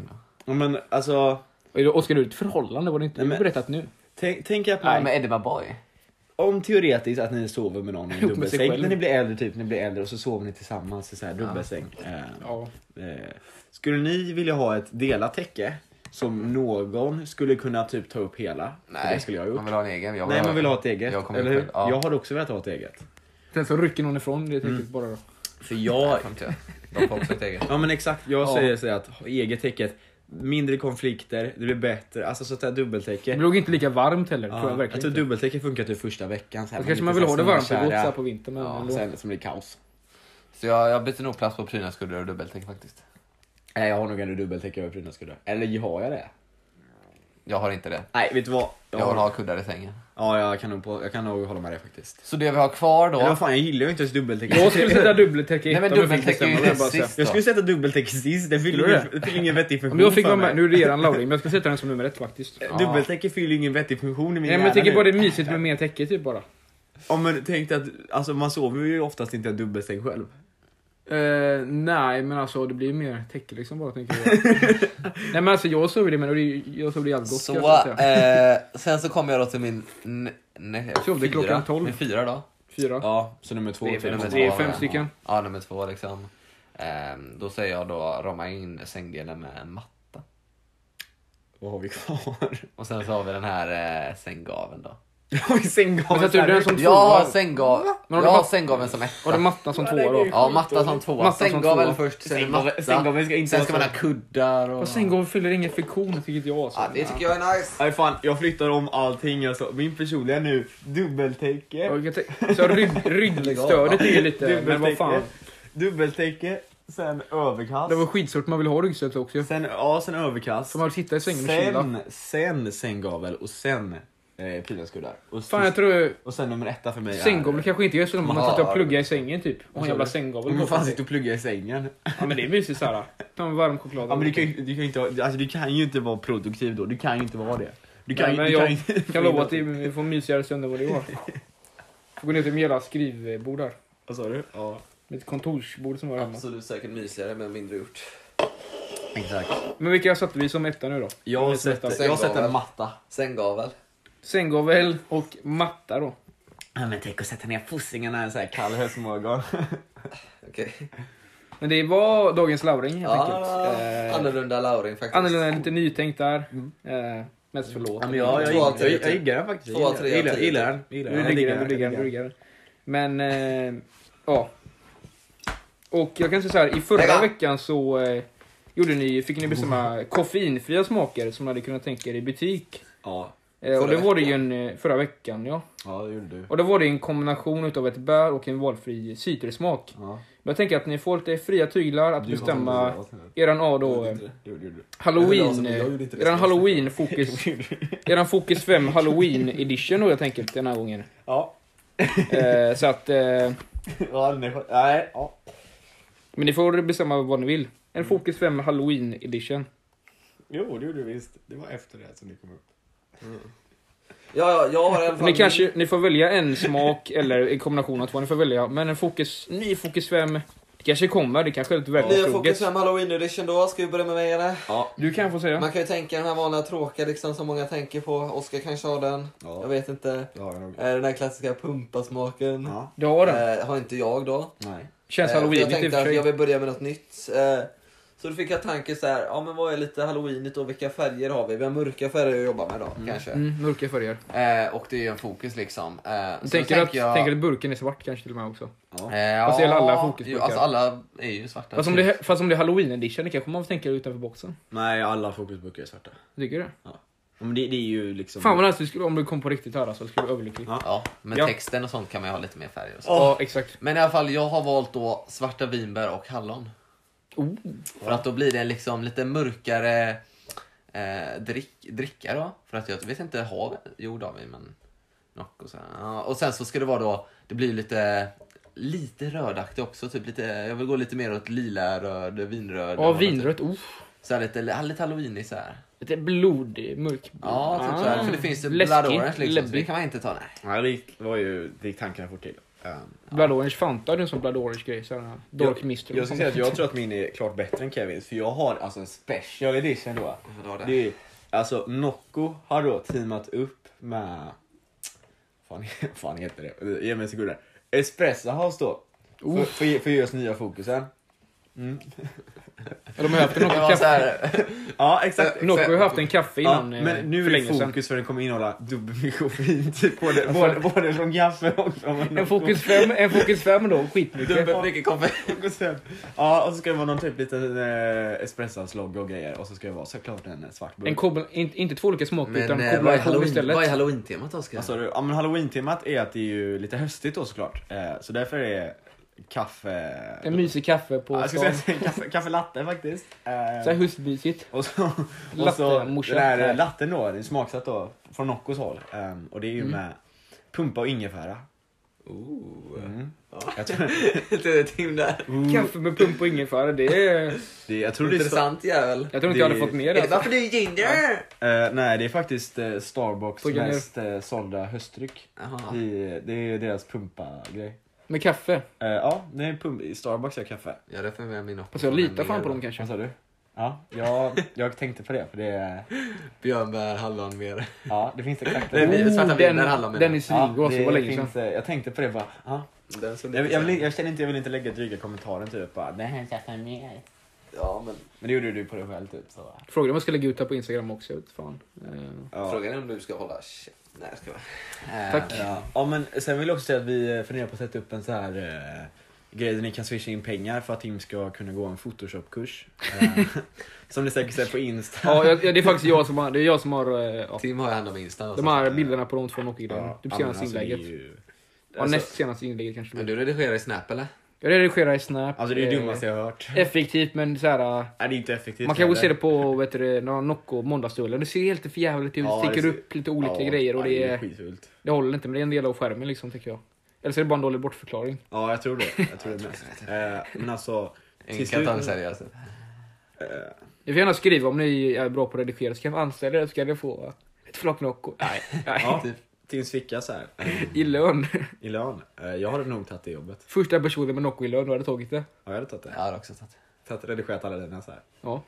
Men alltså... Oskar, du är ett förhållande, var det inte? Nej, men- Du berättat nu. Tänk, tänk att Nej, man... med Eddie My Boy. Om teoretiskt att ni sover med någon i en Ihop med sig dubbelsäng. själv. När ni blir äldre, typ. Ni blir äldre och så sover ni tillsammans i så här dubbelsäng. Eh, Ja. eh, skulle ni vilja ha ett delat täcke? Som någon skulle kunna typ ta upp hela? För Nej, det skulle jag ha gjort. man vill ha en egen. Jag Nej, man vill ha ett eget. Jag kommer eller hur? själv, ja. Jag hade också velat ha ett eget. Sen så rycker någon ifrån det täcket bara då. För Nej, jag... fan inte jag. De får också ett eget. Ja men exakt, jag Ja. säger så här att ha eget täcket, mindre konflikter, det blir bättre, alltså sånt här dubbeltäcke. Det blir nog inte lika varmt heller, tror jag Ja, verkligen jag tror inte. dubbeltäcke funkar till första veckan. Så här, Då kanske man lite vill ha så det här varmt och gott så sommarkära. här på vintern. Men Ja, ändå. sen som blir kaos. Så jag, jag byter nog plats på prydnadskuddar och dubbeltäcke faktiskt. Nej, jag har nog ändå dubbeltäcke över prydnadskuddar. Eller har jag det? Jag har inte det. Nej, vet du vad? Jag vill ha kuddar i sängen. Ja, jag kan, nog på, jag kan nog hålla med det faktiskt. Så det vi har kvar då... Eller vad fan, jag gillar ju inte ens dubbeltäcke. Jag skulle sätta dubbeltäcke i Nej, men ettan om jag fick dubbeltäcke är ju bestämma, det bara säga. sist. Jag skulle sätta dubbeltäcke sist, det fyller Skulle du ingen, det fyller ingen vettig funktion Om jag fick för vara mig. med, nu är det redan Lauring, men jag ska sätta den som nummer ett faktiskt. Ja. Dubbeltäcke fyller ingen vettig funktion i min Nej men jag hjärna tycker nu. bara det är mysigt med mer täcke typ bara. Ja, men tänk dig att alltså, man sover ju oftast inte en dubbelsäng själv. Uh, nej men alltså det blir ju mer täcke liksom bara tänker jag. Nej men alltså jag sover det men det är- jag sover det jävligt gott. Så, ska jag säga. eh, sen så kommer jag då till min... n- Nej, Sovde fyra. klockan tolv. Min fyra då. Fyra. Ja, så nummer två. Det är typ. fem, nummer det är två, fem ja. stycken. Ja, nummer två liksom. Ehm, då säger jag då rama in sängdelen med en matta. Vad har vi kvar? Och sen så har vi den här eh, sänggaveln då. Har vi sänggaveln? Men sätter du den som Jag har, tvåa? sänggav... Men har jag du har mat- sänggaveln som Har etta. du mattan som tvåa då? Ja, matta som tvåa. Matta som Sänggaveln tvåa. först, sen Sänggaveln- matta. sänggaveln ska inte Sen vara ska man så- ha kuddar och... Och sänggaveln fyller ingen funktion tycker inte jag. Så. Ja, det tycker jag är nice. Nej fan, jag flyttar om allting alltså. Min personliga nu, dubbeltäcke. Jag kan tänka- Så rygg, ryggstödet är ju lite, men vad fan. Dubbeltäcke, sen överkast. Det var skitsvårt man vill ha ryggstödet också. Sen, ja, sen överkast. Så man vill sitta i sängen och chilla. Sen, sen sänggavel och sen eh, prydnadskuddar. Och, Fan jag tror och sen nummer etta för mig är... sänggavel kanske inte gör så om man Ja. sitter och pluggar i sängen typ. Och Vad en sa jävla du? sänggavel. Om på man fan sig. sitter och pluggar i sängen. Ja men det är mysigt såhär. Ta en varm choklad. Ja, men du kan, ju- du, kan ju inte, alltså, du kan ju inte vara produktiv då. Du kan ju inte vara det. Du kan, Nej, ju- men du jag kan, ju inte- kan lova att det- vi får mysigare sönder vad det var. Får gå ner till Mjälla skrivbord där. Vad sa du? Ja. Med ett kontorsbord som var hemma. Absolut säkert mysigare men mindre gjort. Exakt. Men vilka satte vi som etta nu då? Jag vet sätter, nästan. jag sätter en matta. Sänggavel. Sänggavel och matta då. Ja, men tänk att sätta ner fossingarna en så här kall höstmorgon. Okej. Men det var dagens Lauring helt Ja, enkelt. Eh, annorlunda Lauring faktiskt. annorlunda, lite nytänkt där. Eh, mest förlåt. Ja, men jag, jag, Två av jag, tre, jag, jag typ. gillar den faktiskt. Två av tre Jag av gillar, tio, gillar typ. den. Gillar Du den. ligger Jag den, du ligger den, du ligger ligger den. Men, eh, ja. Och jag kan säga så här, i förra Lägga. veckan så eh, gjorde ni, fick ni bestämma koffeinfria smaker som ni hade kunnat tänka er i butik. Ja, Eh, och Förra det var det ju en, eh, förra veckan, ja. ja, det gjorde du. Och då var det en kombination utav ett bär och en valfri citrussmak. Ja. Men jag tänker att ni får lite fria tyglar att Du bestämma har fått det. eran A då, Du gjorde eh, inte det. Du gjorde det. Halloween, Jag gjorde eh, inte det. eran Halloween fokus, eran fokus fem Halloween edition då helt enkelt den här gången. Ja. Eh, så att, eh, Ja, den är skön. Nej, ja. men ni får bestämma vad ni vill. En fokus fem Halloween edition. Jo, det gjorde du visst. Det var efter det som ni kom upp. Ja, ja, jag har i alla fall... Ni kanske, ni får välja en smak eller en kombination av två, ni får välja. Men en fokus, ny fokus fem, det kanske kommer, det kanske är lite Nya väldigt Focus fem Halloween edition då, ska vi börja med mig eller? Ja. Du kan få säga. Man kan ju tänka den här vanliga tråkiga liksom som många tänker på. Oskar kanske har den. Ja. Jag vet inte. Det har jag nog. Eh, Den här klassiska pumpasmaken. Ja. Du har den. Eh, har inte jag då. Nej. Känns Eh, för Halloween jag i och tänkte för att jag sig. vill börja med något nytt. Eh, så då fick jag tanken så här, ja men vad är lite halloweenigt och vilka färger har vi? Vi har mörka färger att jobba med då, kanske. Mm, mörka färger. Eh, och det är ju en fokus liksom. Eh, så Tänker tänker att, jag... tänker att burken är svart kanske till och med också. Ja. Eh, Fast det gäller alla ja, fokusburkar. jo, alltså alla är ju svarta. Fast om det, är- fast om det är Halloween edition, det kanske man får tänka utanför boxen. Nej, alla fokusböcker är svarta. Tycker du det? Ja. Men det, det är ju liksom... Fan vad nice, det skulle- om du kom på riktigt här alltså, det skulle vara överlyckligt. Ja. Ja, men Ja. texten och sånt kan man ju ha lite mer färger och så. Ja, exakt. Men i alla fall, jag har valt då svarta vinbär och hallon. Oh. För att då blir det liksom lite mörkare eh, drick, dricka då. För att jag vet inte, har vi? Jo, det har vi, men... Nock och så här. Ja, och sen så ska det vara då, det blir lite... Lite rödaktigt också, typ lite, jag vill gå lite mer åt lila, röd, vinröd. Ja, och vinrött, Typ, oh. så här lite, lite halloween så här. Lite blodig, mörk. Ja, typ Ah. så här. För det finns ju Läskig, blood orange liksom, så det läbbig. kan man inte ta, nej. Ja, det gick- var ju, det gick tankarna fort till. Um, Blood Orange Fanta, det är en sån Blood Orange grej. Sådana Dark jag, Mist. jag ska säga att jag tror att min är klart bättre än Kevins. För jag har alltså en special edition då. Det är, alltså Nocco har då teamat upp med... Fan, fan heter det? Ge mig en sekund där. Espresso House då. För, för, för att ge oss nya fokusen. Mm. Ja, de har haft en Nocco Det var så kaffe. här, Ja, exakt. Nocco har ju haft en kaffe Ja, innan. eh, men nu för är det länge sedan. fokus för den kommer innehålla dubbel mycket koffein. Typ både, både, både från kaffe och från En Focus fem, en Focus fem då, skitmycket. dubbelt mycket koffein. Fokus fem. Ja, och så ska det vara någon typ liten eh, espressos-logg och grejer. Och så ska det vara såklart en eh, svart burk. En kobbel, inte, inte två olika smaker Men utan eh, vad är kombination halloween, istället. vad är halloween-temat Oskar? Alltså, ja, men halloween-temat är att det är ju lite höstigt då såklart. Eh, så därför är kaffe... En mysig kaffe på Ja, jag ska stan. säga kaffe, kaffe latte faktiskt. Eh, Så här höstmysigt. och så, och Latte, så morsa. den här latten då, den är smaksatt då från Noccos håll. Um, och det är ju Mm. med pumpa och ingefära. Oh. Mm. Ja. Jag tror, Det är Tim där. Kaffe med pump och ingefära, det är... det, jag tror det är Intressant jävel. Jag tror inte jag Det- hade fått mer Är det alltså. varför det är ginger? Eh, nej, det är faktiskt eh, Starbucks På Junior. mest eh, sålda höstdryck. Jaha. I, det är deras pumpa-grej. Med kaffe. Eh, ja, det är pump, i Starbucks är kaffe. Ja, det får jag med min Alltså jag litar fan på dem kanske. Vad sa du? Ja, jag, jag tänkte på det. För det, är- Björnbär, hallon mer. ja, det finns exakt Det är vi- svarta den, vindar handlar om den det. är svingo, alltså, det var länge sedan. finns, eh, jag tänkte på det bara. Ja. Den som Jag, jag, vill, jag känner inte, jag vill inte lägga dryga kommentaren typ bara. Det här är mer. Ja, men Men det gjorde du på dig själv typ så. Frågan om jag ska lägga ut det på Instagram också, jag vet fan. Eh, Ja. frågan är om du ska hålla sh- Nej, jag ska vara. Tack. Ja. Ja, men sen vill jag också säga att vi funderar på att sätta upp en så här eh, grej där ni kan swisha in pengar för att Tim ska kunna gå en Photoshop-kurs. Eh, som ni säkert ser på Insta. Ja, jag, jag- det är faktiskt jag som har, det är jag som har eh, ja, Tim har ju hand om Insta. och de så. här bilderna på de två Nokia-grejerna. Ja, Typ ja, senaste men alltså, det är inlägget. ju- Ja, alltså, näst senaste inlägget kanske. Men du redigerar i Snap eller? Jag redigerar i Snap. alltså det är det eh, dummaste jag har hört. Effektivt men såhär. Nej, det är inte effektivt. Man kan ju heller. se det på vet du, några Nocco måndagsstullen. Det ser helt för jävligt ut. Ja, Det sticker det ser- upp lite olika Ja, grejer och ja, det, är är, skitfult. det håller inte. Men det är en del av skärmen liksom tycker jag. Eller så är det bara en dålig bortförklaring. Ja, jag tror det. Jag tror det mest. Eh, men alltså, Ingen till kan ta det slut... seriöst. Eh, Ni får gärna skriva om ni är bra på att redigera. Så kan jag anställa er så ska ni få ett flak Nocco. Nej, nej. ja, Typ. Tims ficka så här. I lön. I lön. Eh, jag hade nog tagit det jobbet. Första personen med Nocco i lön, du hade tagit det. Ja, jag hade tagit det. Jag har också tagit. Tagit redigerat alla dina så här. Ja.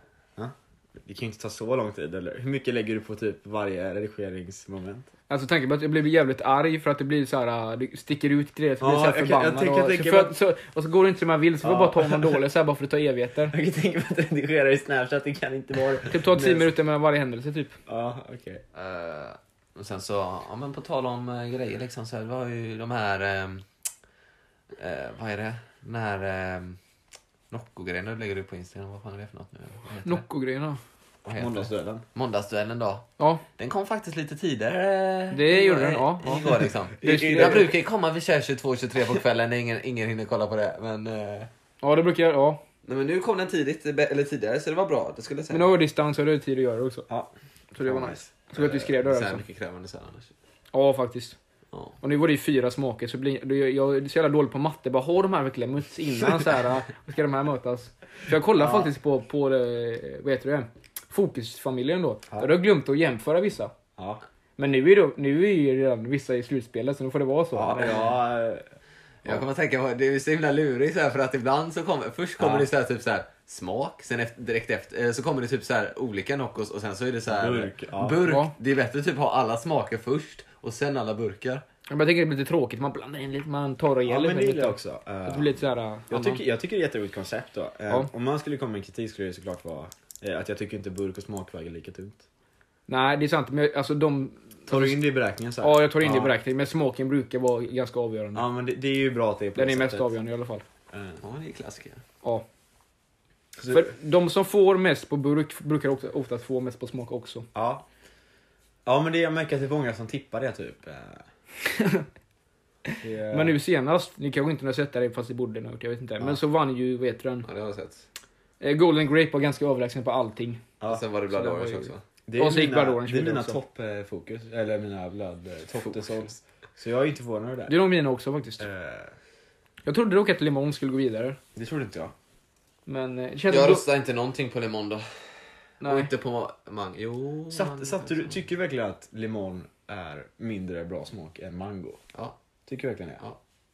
Det kan ju inte ta så lång tid, eller? Hur mycket lägger du på typ varje redigeringsmoment? Alltså tanken på att jag blev jävligt arg för att det blir så här, det sticker ut grejer så Ja, blir jag så här jag kan- jag förbannad. tänker- och, jag så tänker för, bara- så, och så går det inte som man vill så får jag Ja. bara ta någon dålig så här bara för att ta evigheter. Jag kan tänka mig att redigera i Snapchat, det kan inte vara... Typ ta tio minuter mellan varje händelse typ. Ja, okej. Eh, och sen så, ja men på tal om uh, grejer liksom så här, det var ju de här, ehm, eh, vad är det? Den här um, Nocco-grejen du lägger ut på Instagram, vad fan är det för något nu? Vad heter det? Nocco-grejerna. Vad heter det? Måndagsduellen. Måndagsduellen då. Ja, Den kom faktiskt lite tidigare. Det igår- gjorde den, ja. Ja. Igår liksom. Det skulle- Jag brukar ju komma vid tjugotvå tjugotre på kvällen när ingen, ingen hinner kolla på det. Men, eh, ja det brukar jag, ja. nej, men nu kom den tidigt, eller tidigare, så det var bra. Det skulle jag säga. Men nu har jag distans och det är tid att göra det också. Ja. Så det var nice. Så att vi skrev det Så där här alltså. mycket krävande sen annars. Ja faktiskt. Ja. Och nu var det ju fyra smaker så blir, då, jag, jag är så jävla dålig på matte. Bara har de här verkligen mötts innan så här, hur ska de här mötas? För jag kollar Ja. faktiskt på, på eh, vad heter det? Fokusfamiljen då. Ja. Där har jag glömt att jämföra vissa. Ja. Men nu är, då, nu är ju redan vissa i slutspelet så nu får det vara så. Ja, men jag... Jag kommer att tänka på, det är ju så himla lurigt så här, för att ibland så kommer, först kommer Ja. det så här, typ så här smak, sen efter, direkt efter eh, så kommer det typ så här olika Noccos och sen så är det så här Burk, ja. burk. Ja. Det är bättre att typ ha alla smaker först och sen alla burkar. Men jag tänker det blir lite tråkigt. Man blandar in lite, man tar och Ja, ihjäl men det lite. gillar jag också. Att Eh, det blir lite så här, jag, annan. tycker, jag tycker det är ett jätteroligt koncept då. Eh, Ja. Om man skulle komma med kritik skulle det såklart vara eh, att jag tycker inte burk och smak väger lika tungt. Nej, det är sant. Men jag- alltså de... Tar du in det i beräkningen så här? Ja, jag tar in det i Ja. beräkning. Men smaken brukar vara ganska avgörande. Ja, men det, det är ju bra att det är på Den det är mest sättet. avgörande i alla fall. Eh, Ja, det är klassiker. Ja. så- För de som får mest på burk brukar också, oftast få mest på smak också. Ja. Ja, men det jag märker att det är många som tippar det typ. Eh, det, är- Men nu senast, ni kanske inte har sett det fast det borde ha gjort, jag vet inte. Ja. Men så vann ju, vet du den, Ja, det har jag sett. eh, Golden Grape var ganska överlägsen på allting. ja, Och sen var det Blood så det var Orange ju- också. det är och så gick mina, Blood Orange det är vidare mina också. toppfokus. Eller mina blood eh, top the souls. Så jag är inte förvånad över Det det. är nog mina också faktiskt. Eh, Jag trodde dock att Limon skulle gå vidare. det trodde inte jag. Men eh, det känns Jag ändå- röstar inte någonting på Lemon då. Och Nej. inte på Mang. Jo. man- Satt, satt du, tycker du verkligen att limon är mindre bra smak än mango? Ja. Tycker du verkligen det? Ja.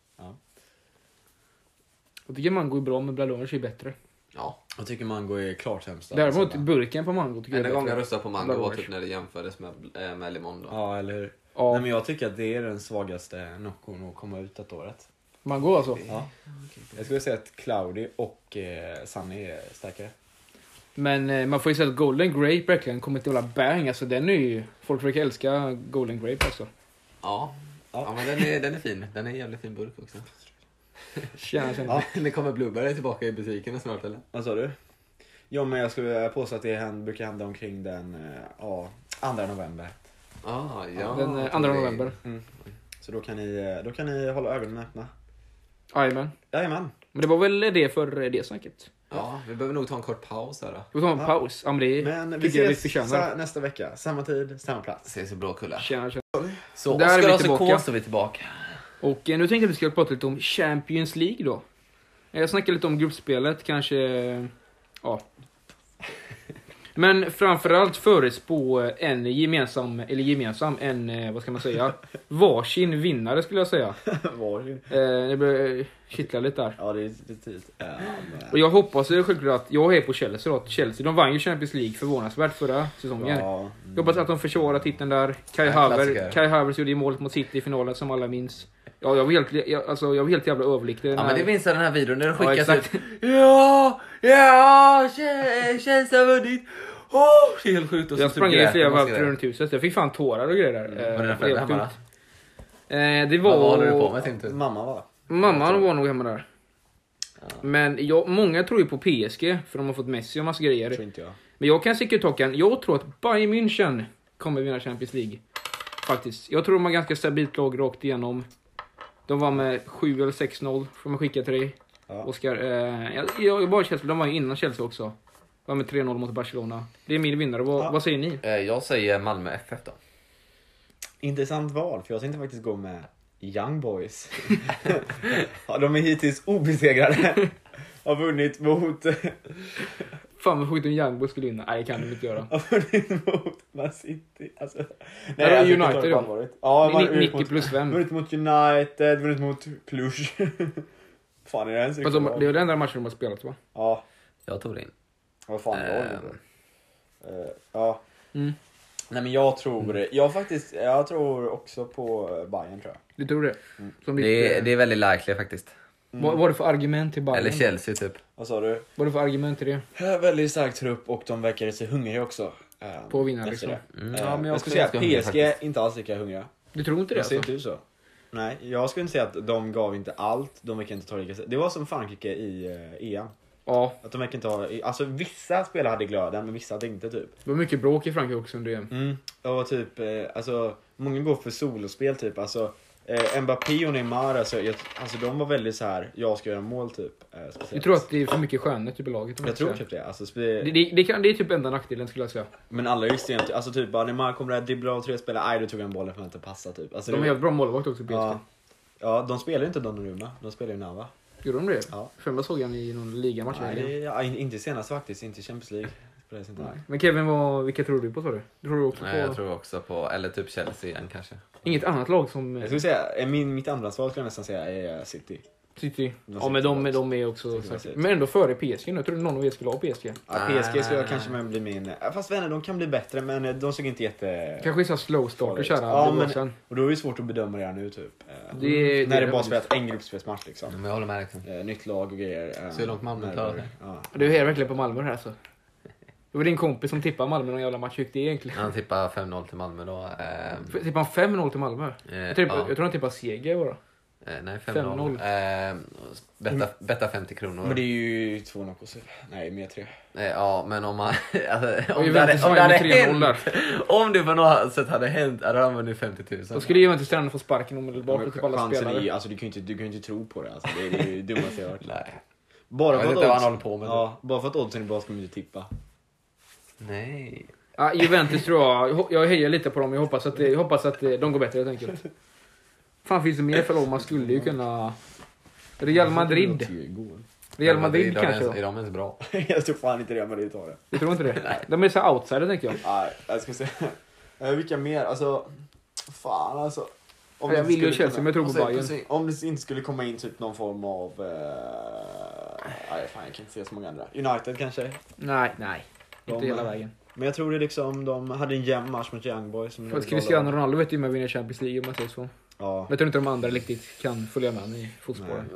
Jag tycker mango är bra, men Blalones är bättre. Ja. Jag tycker mango är klart sämst. Däremot burken på mango tycker jag Enda är gången jag bättre. röstade på mango var Blalones. typ när det jämfördes med, äh, med limon då. Ja, eller hur? Ja, Nej, men jag tycker att det är den svagaste Noccon att komma ut detta året. mango alltså. Ja. Jag skulle säga att Cloudy och eh, Sunny är starkare. Men eh, man får ju säga att Golden Grape verkligen kommer till att bang. Alltså den är ju... Folk försöker älska Golden Grape alltså. Ja. Ja. Ja, men den är, den är fin. Den är en jävligt fin burk också. Tjena, tjena. Ja. Det kommer Blueberry tillbaka i butiken snart eller? Vad sa du? Ja, men jag skulle påstå att det händer, brukar hända omkring den eh, ja, andra november. Ah, ja. Den eh, andra november. Mm. Så då kan, ni, eh, då kan ni hålla ögonen öppna. Jajamän. Jajamän. Men det var väl det för eh, det snacket. Ja, vi behöver nog ta en kort paus här då. Vi får ta en Ja. paus. Ja, men det Men vi tycker jag vi ses förtjänar. sa- nästa vecka. Samma tid, samma plats. Ses i Blåkulla. Tjena, tjena. Så Där är vi Oskar tillbaka. A C K så är vi tillbaka. Och eh, nu tänkte jag att vi ska prata lite om Champions League då. Jag snackar lite om gruppspelet, kanske... eh, Ja. Men framförallt förespå en gemensam, eller gemensam, en, eh, vad ska man säga, varsin vinnare skulle jag säga. Var det? Eh, det börjar kittla lite där. Ja, det är lite tidigt. Ja, men... Och jag hoppas ju självklart att jag är på Chelsea då. Chelsea, de vann ju Champions League förvånansvärt förra säsongen. Ja, mm. Jag hoppas att de försvarar titeln där. Kai En Havertz, klassiker. Kai Havertz gjorde ju målet mot City i finalen som alla minns. Ja, jag var helt, jag, alltså, jag var helt jävla överlycklig. Ja, men det minns jag den här videon när det Ja, skickas exakt. ut. Ja, ja, Ch- Chelsea har vunnit. Åh, det är helt sjukt. Och så Jag typ sprang i grät flera jag varv måste runt huset. Jag fick fan tårar och grejer där. Var det den Eh, föräldern helt hemma sjukt. Eh, det Vad var... håller du på med sin tur? Mamma va? Mamman var nog hemma där. Men jag, många tror ju på P S G för de har fått Messi och massa grejer. Tror inte jag. Men jag kan säkert ta en. Jag tror att Bayern München kommer vinna Champions League. Faktiskt. Jag tror de har ganska stabilt lag rakt igenom. De var med sju eller sex noll. Får man skicka till dig. Ja. Oskar. Eh, jag, jag bara Chelsea. De var ju innan Chelsea också. Var med tre noll mot Barcelona. Det är min vinnare. Vad, Ja. vad säger ni? Eh, Jag säger Malmö F F då. Intressant val, för jag tänkte faktiskt gå med Young Boys. Ja, de är hittills obesegrade. Har vunnit mot... Fan vad sjukt om Young Boys skulle vinna. Nej, det kan de inte göra. Har vunnit mot Man City. Alltså, Där har jag tycker United inte då. allvarligt. Ja, man har vunnit nittio mot- plus fem. vunnit mot United, vunnit mot Cluj. Fan, är det ens Fast de, riktigt det är bra? den enda matchen de har spelat va? Ja, Jag tog det in. vad fan var det? Ehm. Uh, ja. Mm. Nej, men jag tror... Jag faktiskt... Jag tror också på Bayern, tror jag. Du tror det? Mm. Som Det ditt, är, eh, det är väldigt likely faktiskt. vad vad var det för argument till Bayern? Eller Chelsea typ. Vad sa du? Vad var det för argument till det? Eh, Väldigt stark trupp och de verkar se hungriga också. eh, På att vinna, efter liksom. det. Mm. Eh, Ja, men jag jag också skulle säga ganska att hungriga P S G faktiskt. inte alls lika hungriga. Du tror inte det Jag ser alltså? inte du så? Nej, jag skulle inte säga att de gav inte allt. De verkar inte ta lika... Det var som Frankrike i eh, E M. Ja, Att de verkar inte ha... Alltså vissa spelare hade glöden, men vissa hade inte typ. det var mycket bråk i Frankrike också under E M. Mm. Och typ, eh, alltså många går för solospel typ. Alltså eh, Mbappé och Neymar, alltså, jag, alltså de var väldigt så här. Jag ska göra mål typ. Eh, speciellt. Jag tror att det är för mycket stjärnor typ i laget. om Jag ska tror säga. typ det. Alltså, det, spe... det, det, kan, det är typ enda nackdelen skulle jag säga. Men alla är extremt, alltså typ bara Neymar kommer där, dribblar av tre spelare, aj då tog han bollen för att inte passa typ. Alltså, De har det... helt bra målvakt också P S G. ja. Ja, de spelar ju inte Donnarumma, de spelar ju Nava. Gjorde de det? Ja. För jag såg han i någon ligamatch. Nej, Nej, det, ja, in- inte senast faktiskt, inte i Champions League. På det sättet. Nej. Men Kevin, vad, vilka tror du på sa du? Du tror du också Nej, på jag tror också på, eller typ Chelsea igen kanske. inget annat lag som Jag skulle säga, eh, min, mitt andra svar skulle jag nästan säga är City. City? De Ja men de, City de är också City var säkert. City. Men ändå före P S G nu. Jag tror någon av er skulle ha P S G. Ja, P S G skulle jag Ah. kanske men bli min... ja, Fast vänner, de kan bli bättre, men eh, de såg inte jätte... Kanske är så här slow starter Farligt. köra. Ja, men- Sen. Och då är det svårt att bedöma det här nu typ. Eh, Det är- när det det är bara faktiskt. spelat en gruppspelsmatch liksom. Men jag håller med liksom. Eh, nytt lag och grejer. Eh, Så hur långt Malmö när- klarar sig? Ja. Du är verkligen på Malmö här alltså. Det var din kompis som tippade Malmö någon jävla match. Hur gick det egentligen? Han tippar fem noll till Malmö då. Ehm, Tippade han fem noll till Malmö? eh, Jag tror, ja. jag tror han tippade seger bara. Eh, nej, fem fem noll. noll. Ehm, betta, betta femtio kronor. Men det är ju två noll på sig. Nej, mer tre. Eh, ja, men om man... Alltså, Och om, det Juventus hade, om vann det hade med tre noll hänt... Om det på något sätt hade hänt, hade han vunnit femtio tusen. Då skulle Juventus tränaren få sparken omedelbart. Men Typ alla chansen är spelare. ju, alltså du kan ju inte, du kan ju inte tro på det. Alltså, det, är, det är ju det dummaste jag har hört. Nej. Bara Jag för vet att inte vad odds- han håller på med. Ja, bara för att oddsen är bra ska man ju inte tippa. Nej. Ja, Juventus tror jag. Jag hejar lite på dem. Jag hoppas att, det, jag hoppas att det, de går bättre helt enkelt. Fan finns det mer för dem? Man skulle ju kunna... Real Madrid. Real Madrid är kanske de, då. är de ens bra? Jag tror fan inte Real Madrid tar det. Jag tror inte det. De är så här outsider tänker jag. Nej, jag ska se. Eh, Vilka mer? Alltså, fan alltså. om Jag det vill ju skulle Chelsea, men jag tror på och sen- Bayern. och sen- Om det inte skulle komma in typ någon form av... Eh, nej, fan, jag kan inte se så många andra. United kanske? Nej, nej. Inte De- hela vägen. Men jag tror det liksom, de hade en jämn match mot Young Boys. Som Fast Cristiano Ronaldo vet ju med att vinna Champions League om man säger så. Ja. Jag tror inte de andra riktigt kan följa med i fotspåren.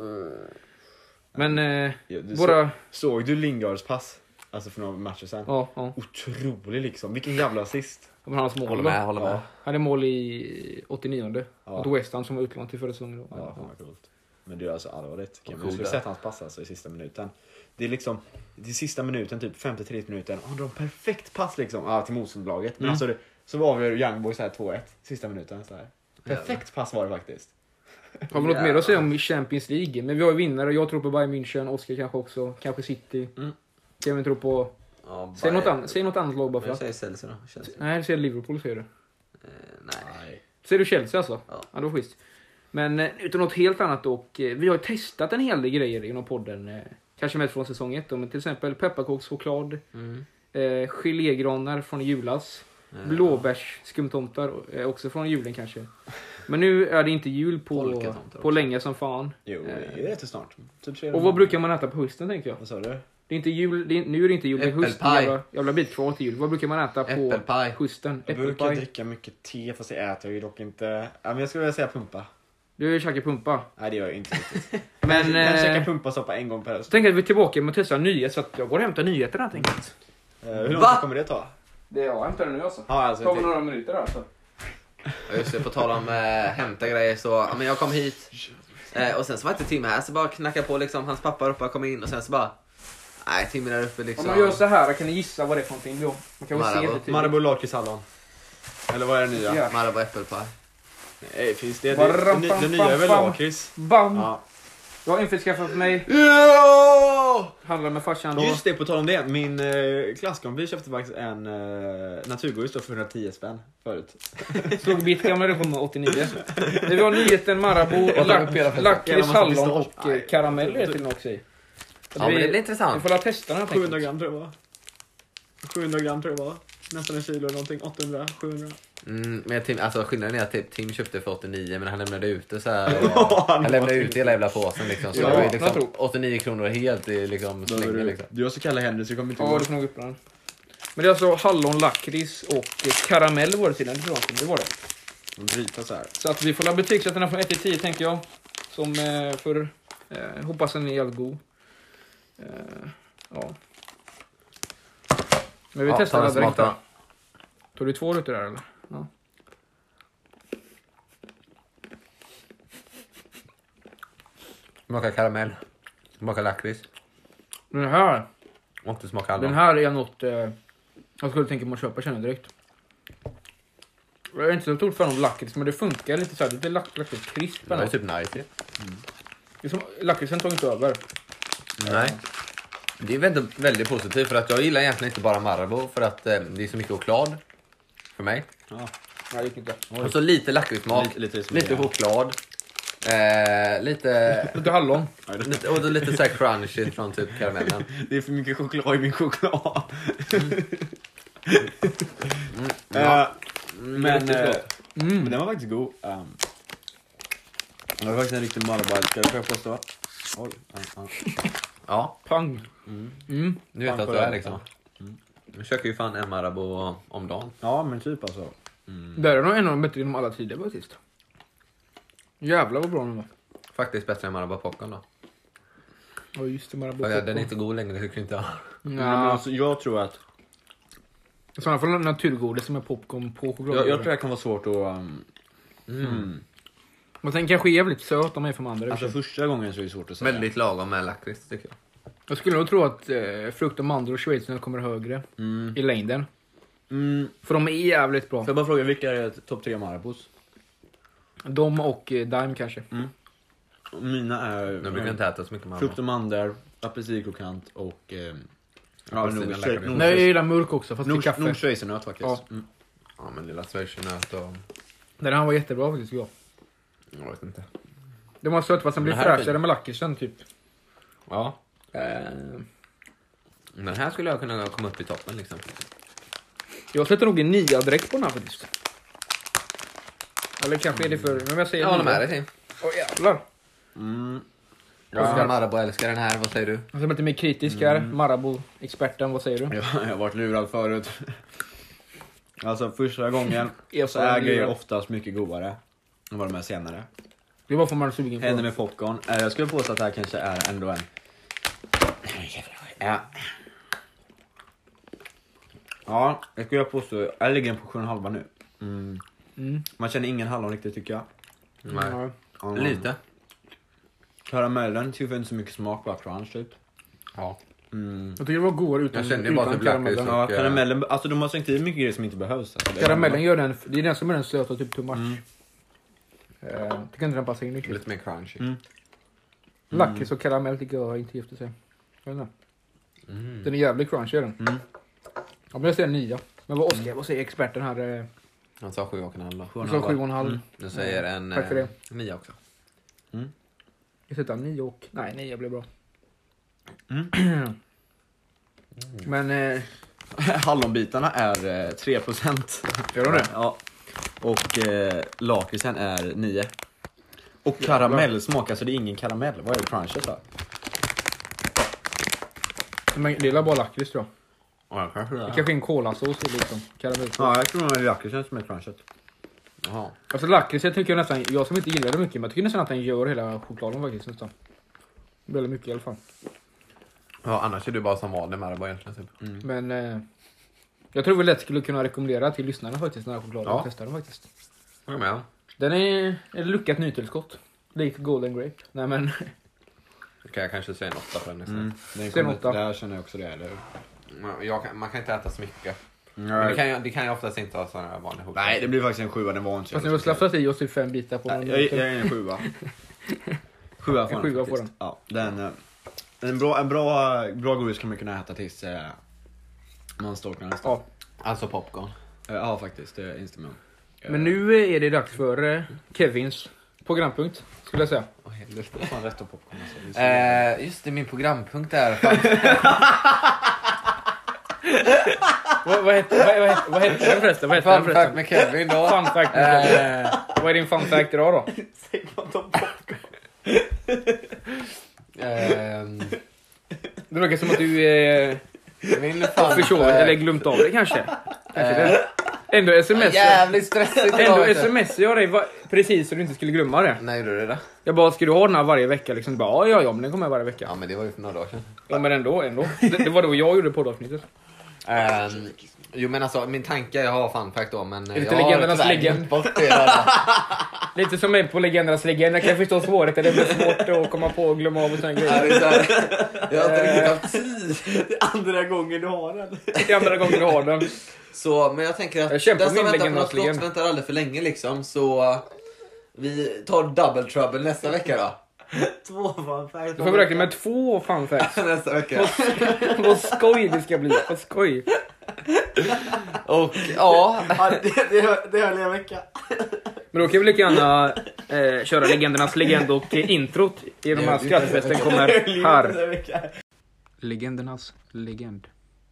Men eh, Ja, du våra... så, såg du Lingards pass? Alltså för några matcher sen. Ja, ja. Otrolig liksom. Vilken jävla assist. Men hans mål Håller då. med, håller med. Ja. Han hade mål i åttionionde. Ja. Mot West Ham som var utlånad till förra säsongen då. Ja, fan vad coolt. Men det är alltså allvarligt. Okej, men Vad du skulle coolt sett hans pass alltså i sista minuten. Det är liksom, det är sista minuten, typ femtiotre minuten. Han drar en perfekt pass liksom, ja, till motståndarlaget. Men Mm. alltså det, så avgör Young Boys här två ett, sista minuten så här. Perfekt pass var det faktiskt. Har vi något mer att säga om Champions League? Men vi har ju vinnare. Jag tror på Bayern München, Oskar kanske också. Kanske City. Mm. Kevin tror på... Ja, Säg något, Bayern. an- säg något annat lag bara Men för jag att... säger Chelsea då. Chelsea. Nej, du säger Liverpool säger du. Eh, nej. Nej. Säger du Chelsea alltså? Ja. Ja, det var schysst. Men eh, utan något helt annat och eh, vi har ju testat en hel del grejer inom podden. Eh, kanske mest från säsong ett då, men till exempel pepparkakschoklad, Mm. eh, gelégranar från julas, Eh, blåbärsskumtomtar eh, också från julen kanske. Men nu är det inte jul på, Polkatomtar på också. länge som fan. Jo, det är rätt så snart. Typ tre Och vad månader. brukar man äta på hösten tänker jag? Vad sa du? Det är inte jul, det är, nu är det inte jul, det är höst. Äppelpaj. Jävla, jävla bit kvar till jul. Vad brukar man äta på Äppelpaj. hösten? Jag brukar Äppelpaj. dricka mycket te fast jag äter ju dock inte. Ja, men jag skulle vilja säga pumpa. Du käkar pumpa. Nej, det gör jag inte riktigt. Men jag eh, käkar pumpasoppa en gång per höst. så tänker jag att vi är tillbaka med att testa nyheter så att jag går och hämtar nyheterna helt enkelt. Eh, hur långt Va? kommer det ta? Det jag hämtar det nu alltså. Ja, alltså, Det tar det- väl några minuter där alltså. Ja, just det, på tal om eh, hämta grejer så, ja, men jag kom hit eh, och sen så var inte Tim här så bara knacka på liksom, hans pappa uppe kom in och sen så bara nej, Tim är där uppe liksom. Om man gör så här kan ni gissa vad det är för någonting då. Man kan väl se Marabou. det tydligt. Marabou lakritshallon. Eller vad är det nya? Ja. Marabou äppelpaj. Nej, finns det? Det, Baram, det, pam, det nya är väl pam, pam. lakrits? Bam! Ja. Jag har införskaffat för mig. Ja! Handlar med farsan då. Just det, på tal om det. Min eh, klasskompis köpte faktiskt en eh, naturgodis då för hundratio spänn förut. Slog bit gamla det på åttionio. Vi har nyheten Marabou, Och lack, lack- lakrits, massa hallon pistage. och eh, karamell är det till och med också i. Så Ja, men det blir vi intressant. får la testa den här sjuhundra tänker gram tror jag var. sjuhundra gram tror jag var. Nästan en kilo eller någonting. åttahundra, sjuhundra. Mm, men Tim, alltså skillnaden är att typ, Tim köpte för åttionio men han lämnade ut det så här. Ja, Han han lämnade var- ut hela jävla påsen liksom. Så Ja, det var ju jag liksom tror. åttionio kronor helt i liksom Då var slängen du, liksom. du har så kalla händer så jag kommer inte Ja, ihåg. du får nog upp den. Men det är alltså hallon, lakrits och eh, karamell var det till den. Det var det. De bryter så här. Så att vi får la betygsätta den här från ett till tio tänker jag. Som eh, för eh, hoppas den är jävligt god. Eh, ja. Men vi Ja, testar ta en den direkt. smak Då. då. Tog du två rutor där eller? Ja. Smakar karamell. Smakar lakrits. Den här, Och inte smakar hallon. den här är något eh, jag skulle tänka mig att köpa, känner jag direkt. Jag är inte så stort fan om lakrits, men det funkar lite så här. Det är lak- lakritskrisp. Det är Det typ nice. är som, lakritsen tar inte över. Nej. Det är väldigt, väldigt positivt för att jag gillar egentligen inte bara Marabou för att eh, det är så mycket choklad för mig. Ja. Nej, det gick inte. Och så lite lakritssmak, Lite- lite, lite lite, som det är. choklad, eh, lite, Lite hallon. lite, och då lite så här crunchy från typ karamellen. Det är för mycket choklad i min choklad. Ja. Eh, men, riktigt eh, gott. Mm. men den var faktiskt god. Um, det var faktiskt en riktig Marabou-älskare får jag påstå. Oj. ja, ja. Ja, Pang. Mm. Mm. du vet Fan att på du är den. liksom. Nu köker ju fan en Marabou om dagen. Ja, men typ alltså. Där är nog en av de bättre inom alla tider faktiskt. Jävlar vad bra den var. Faktiskt bättre än Marabou popcorn då. Ja just det, Marabou. För ja, den är inte god längre, tycker inte jag. Men Ja, alltså, jag tror att i sådana fall naturgodis med popcorn på choklad. jag, jag tror det kan vara svårt att um, Mm. mm. Man tänker kanske jävligt söt om man är från andra. Alltså första gången så är det svårt att säga. Väldigt lagom med lakrits tycker jag. Jag skulle nog tro att eh, frukt och mandel och schweizernöt kommer högre Mm. i längden. Mm. För de är jävligt bra. Får jag bara fråga, vilka är topp tre Marabous? De och eh, Daim kanske. Mina är Nu brukar jag inte äta så mycket frukt Marabou. och mandel, apelsinkrokant och eh, ja, Apelsin nog- är läckert. nog- Nej, jag gillar mörk också fast i nog- kaffe. nog schweizernöt faktiskt. Ja. Mm. Ja, men lilla schweizernöt och... Den här var jättebra faktiskt, ja. Jag vet inte. Den var söt fast den blir Den här är fräschare fin. med lakritsen typ. Ja. Eh, Den här skulle jag kunna komma upp i toppen liksom. jag sätter nog en nia direkt på den här faktiskt. Eller kanske är det för... Men jag säger Jag håller nio. med dig, Tim. Åh jävlar. Mm. Oskar Marabou älskar den här, vad säger du? Jag är lite mer kritisk här. Marabou-experten, vad säger du? Jag, jag har varit lurad förut. Alltså första gången Jag så sa är nio. grejer oftast mycket godare än vad de är senare. Det var för man är sugen på. Händer med popcorn. Eh, Jag skulle påstå att det här kanske är ändå en... Ja. Ja, jag skulle påstå... Jag ligger på sju och en halv nu. Mm. Mm. Man känner ingen hallon riktigt tycker jag. Nej. Ja. Ja. Lite. Karamellen tycker inte så mycket smak, bara crunch typ. Ja. Mm. Jag tycker det var godare utan, Jag kände ju bara utan typ lakrits karamellen. och- Ja, Och, eh, karamellen, alltså de har slängt i mycket grejer som inte behövs. Alltså, det är- Karamellen gör den, det är den som är den söta typ too much. Mm. Eh, Jag tycker inte den passar in riktigt. Lite mer crunchy. Mm. Lakrits och karamell tycker jag inte gift att säga. Jag vet inte. Mm. Den är jävligt crunchy är den. Mm. Ja men jag säger nia. Men vad Oskar, vad säger experten här? eh, Han sa sju och en halv då. Sju och en Så halv. sju och en halv. Mm. Du säger en Tack för eh, det. nio också. Jag sätter nio och... Nej, nio blir bra. Mm. Men... Eh, Hallonbitarna är eh, tre procent. Gör de det? Ja. Och eh, lakritsen är nio. Och karamellsmak, alltså det är ingen karamell. Vad är det crunchet då? men det är bara lakrits tror jag. Ja, kanske Det det. kanske är en kolasås liksom. Karamellsås. Ja, jag tror nog det är lakritsen som är crunchet. Jaha. Alltså lakrits jag tycker jag nästan... Jag som inte gillar det mycket, men jag tycker nästan att den gör hela chokladen faktiskt nästan. Väldigt mycket i alla fall. Ja, annars är du bara som vanlig Marabou egentligen typ. Mm. Men... Eh, jag tror vi lätt skulle kunna rekommendera till lyssnarna faktiskt den här chokladen. Ja. Testa den faktiskt. Jag är med. Den är ett lyckat nytillskott. Likt Golden Grape. Nej men... Då kan jag kanske säga en åtta på den istället. Mm. Den Sen kommer, åtta. där känner jag också det, eller hur? Men Jag kan, man kan inte äta så mycket. Men det Nej. kan, jag, det kan jag oftast inte ha sådana här vanliga choklad. Nej, det blir faktiskt en sjua, den var inte så Fast nu har vi slaffat i oss typ fem bitar på Nej, den. jag, jag är en sjua. Sjua får En den sjua faktiskt. får den. Ja, den, eh, en bra, en bra, bra godis kan man kunna äta tills eh, man storknar nästan. Ja. Alltså popcorn. Eh, Ja, faktiskt, det instämmer jag. Men nu är det dags för eh, Kevins programpunkt, skulle jag säga. Åh helvete. Det är fan rätt och popcorn alltså. Det är så- Eh, just det, min programpunkt är... Fan, Vad, vad, heter, vad, vad, heter, vad heter den förresten? Vad heter den fun fact förresten? med Kevin då. Fun fact med Kevin. Eh, Vad är din fun fact idag då? ehm, Det verkar som att du eh, min har fun försovit fact- eller glömt av det kanske. kanske det. Ändå sms. Jävligt stressigt idag. Ändå vet du. sms jag dig va- precis så du inte skulle glömma det. Nej, gjorde du det? Jag bara, ska du ha den här varje vecka? Liksom, du bara, ja, ja, ja, men den kommer varje vecka. Ja, men det var ju för några dagar sedan. Ja, men ändå, ändå. Det, det var då jag gjorde poddavsnittet. Um, jo men alltså min tanke, jag har fun fact då, men det jag har legendernas tyvärr legend? glömt bort det då. Lite som mig på Legendernas legend. Jag kan förstå svårigheter. Det blir svårt att komma på och glömma av och såna Ja, grejer. det är så här, jag har inte riktigt haft tid. Det är andra gången du har den. Det är andra gången du har den. Så, men jag tänker att Jag kämpar den med som min väntar på legendernas något gott legend. väntar aldrig för länge liksom. Så vi tar double trouble nästa vecka då. Två fan färg. Du får räkna med två fun facts. Nästa vecka. Vad skoj det ska bli. Vad skoj. Och ja, Ja, det, det, det höll jag en vecka. Men då kan vi lika gärna eh, köra Legendernas legend och eh, introt i de här skrattfesten kommer här. Legendernas legend.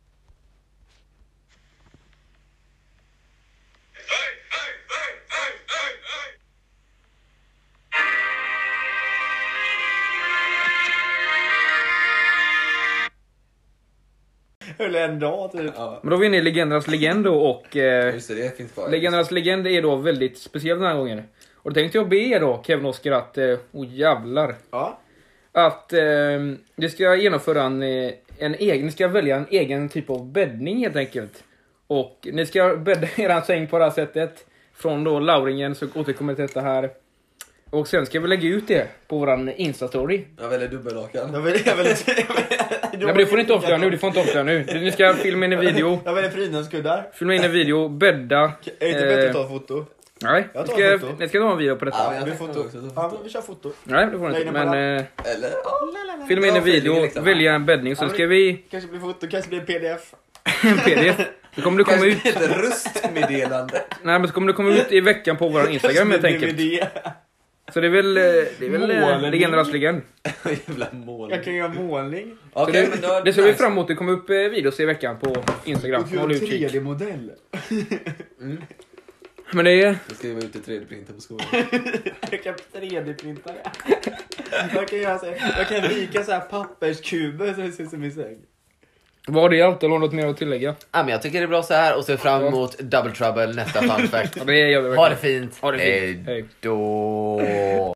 Höll jag en dag typ. ja. Men då är vi inne i Legendernas legend då, och eh, Just det, det finns kvar. Legendernas legend är då väldigt speciell den här gången. Och då tänkte jag be er då, Kevin och Oskar, att, eh, oh jävlar, Ja. att eh, det ska genomföra en, eh, en egen, ni ska välja en egen typ av bäddning helt enkelt. Och ni ska bädda er säng på det här sättet. Från då Lauringen så återkommer till detta här. Och sen ska vi lägga ut det på våran Insta-story. Jag väljer dubbellakan. Jag vill, jag vill inte... Nej, men det får ni inte avslöja nu, det får inte avslöja nu. Ni ska filma in en video. Jag väljer prydnadskuddar. Filma in en video, bädda. Är det inte bättre Eh, att ta foto? Nej, Jag ni tar ska, foto. ni ska ta en video på detta. Ja, jag Vi tänkte foto. också ta Ja, foto. vi kör foto. Nej, det får ni Nej, inte. det Men bara- eh, Eller? Ja. filma in en Ja, video, feeling liksom. välja en bäddning. Sen ska vi Kanske blir foto, kanske blir P D F. en P D F. Så kommer det komma ut. Kanske ett röstmeddelande. Nej, men så kommer det komma ut i veckan på vår Instagram helt Kanske blir enkelt. D V D. Så det är väl, eh, det är väl eh, Målning. Legendernas legend. Jävla mål. Jag kan göra målning. Så Okej, det, men då... det ser vi fram emot. Det kommer upp eh, videos i veckan på Instagram. Och Håll göra utkik. tre D-modell. Men det är... Jag ska ut i tre D-printer på skolan. Jag kan tre D-printa det. Jag kan göra så här, jag kan vika så här papperskuber så det ser ut som min säng. Var det allt eller har något mer att tillägga? Ja, men jag tycker det är bra så här och ser fram emot Double Trouble nästa fun fact. Ja, det gör vi Ha det verkligen. fint. Ha det fint. Hej. Hej då.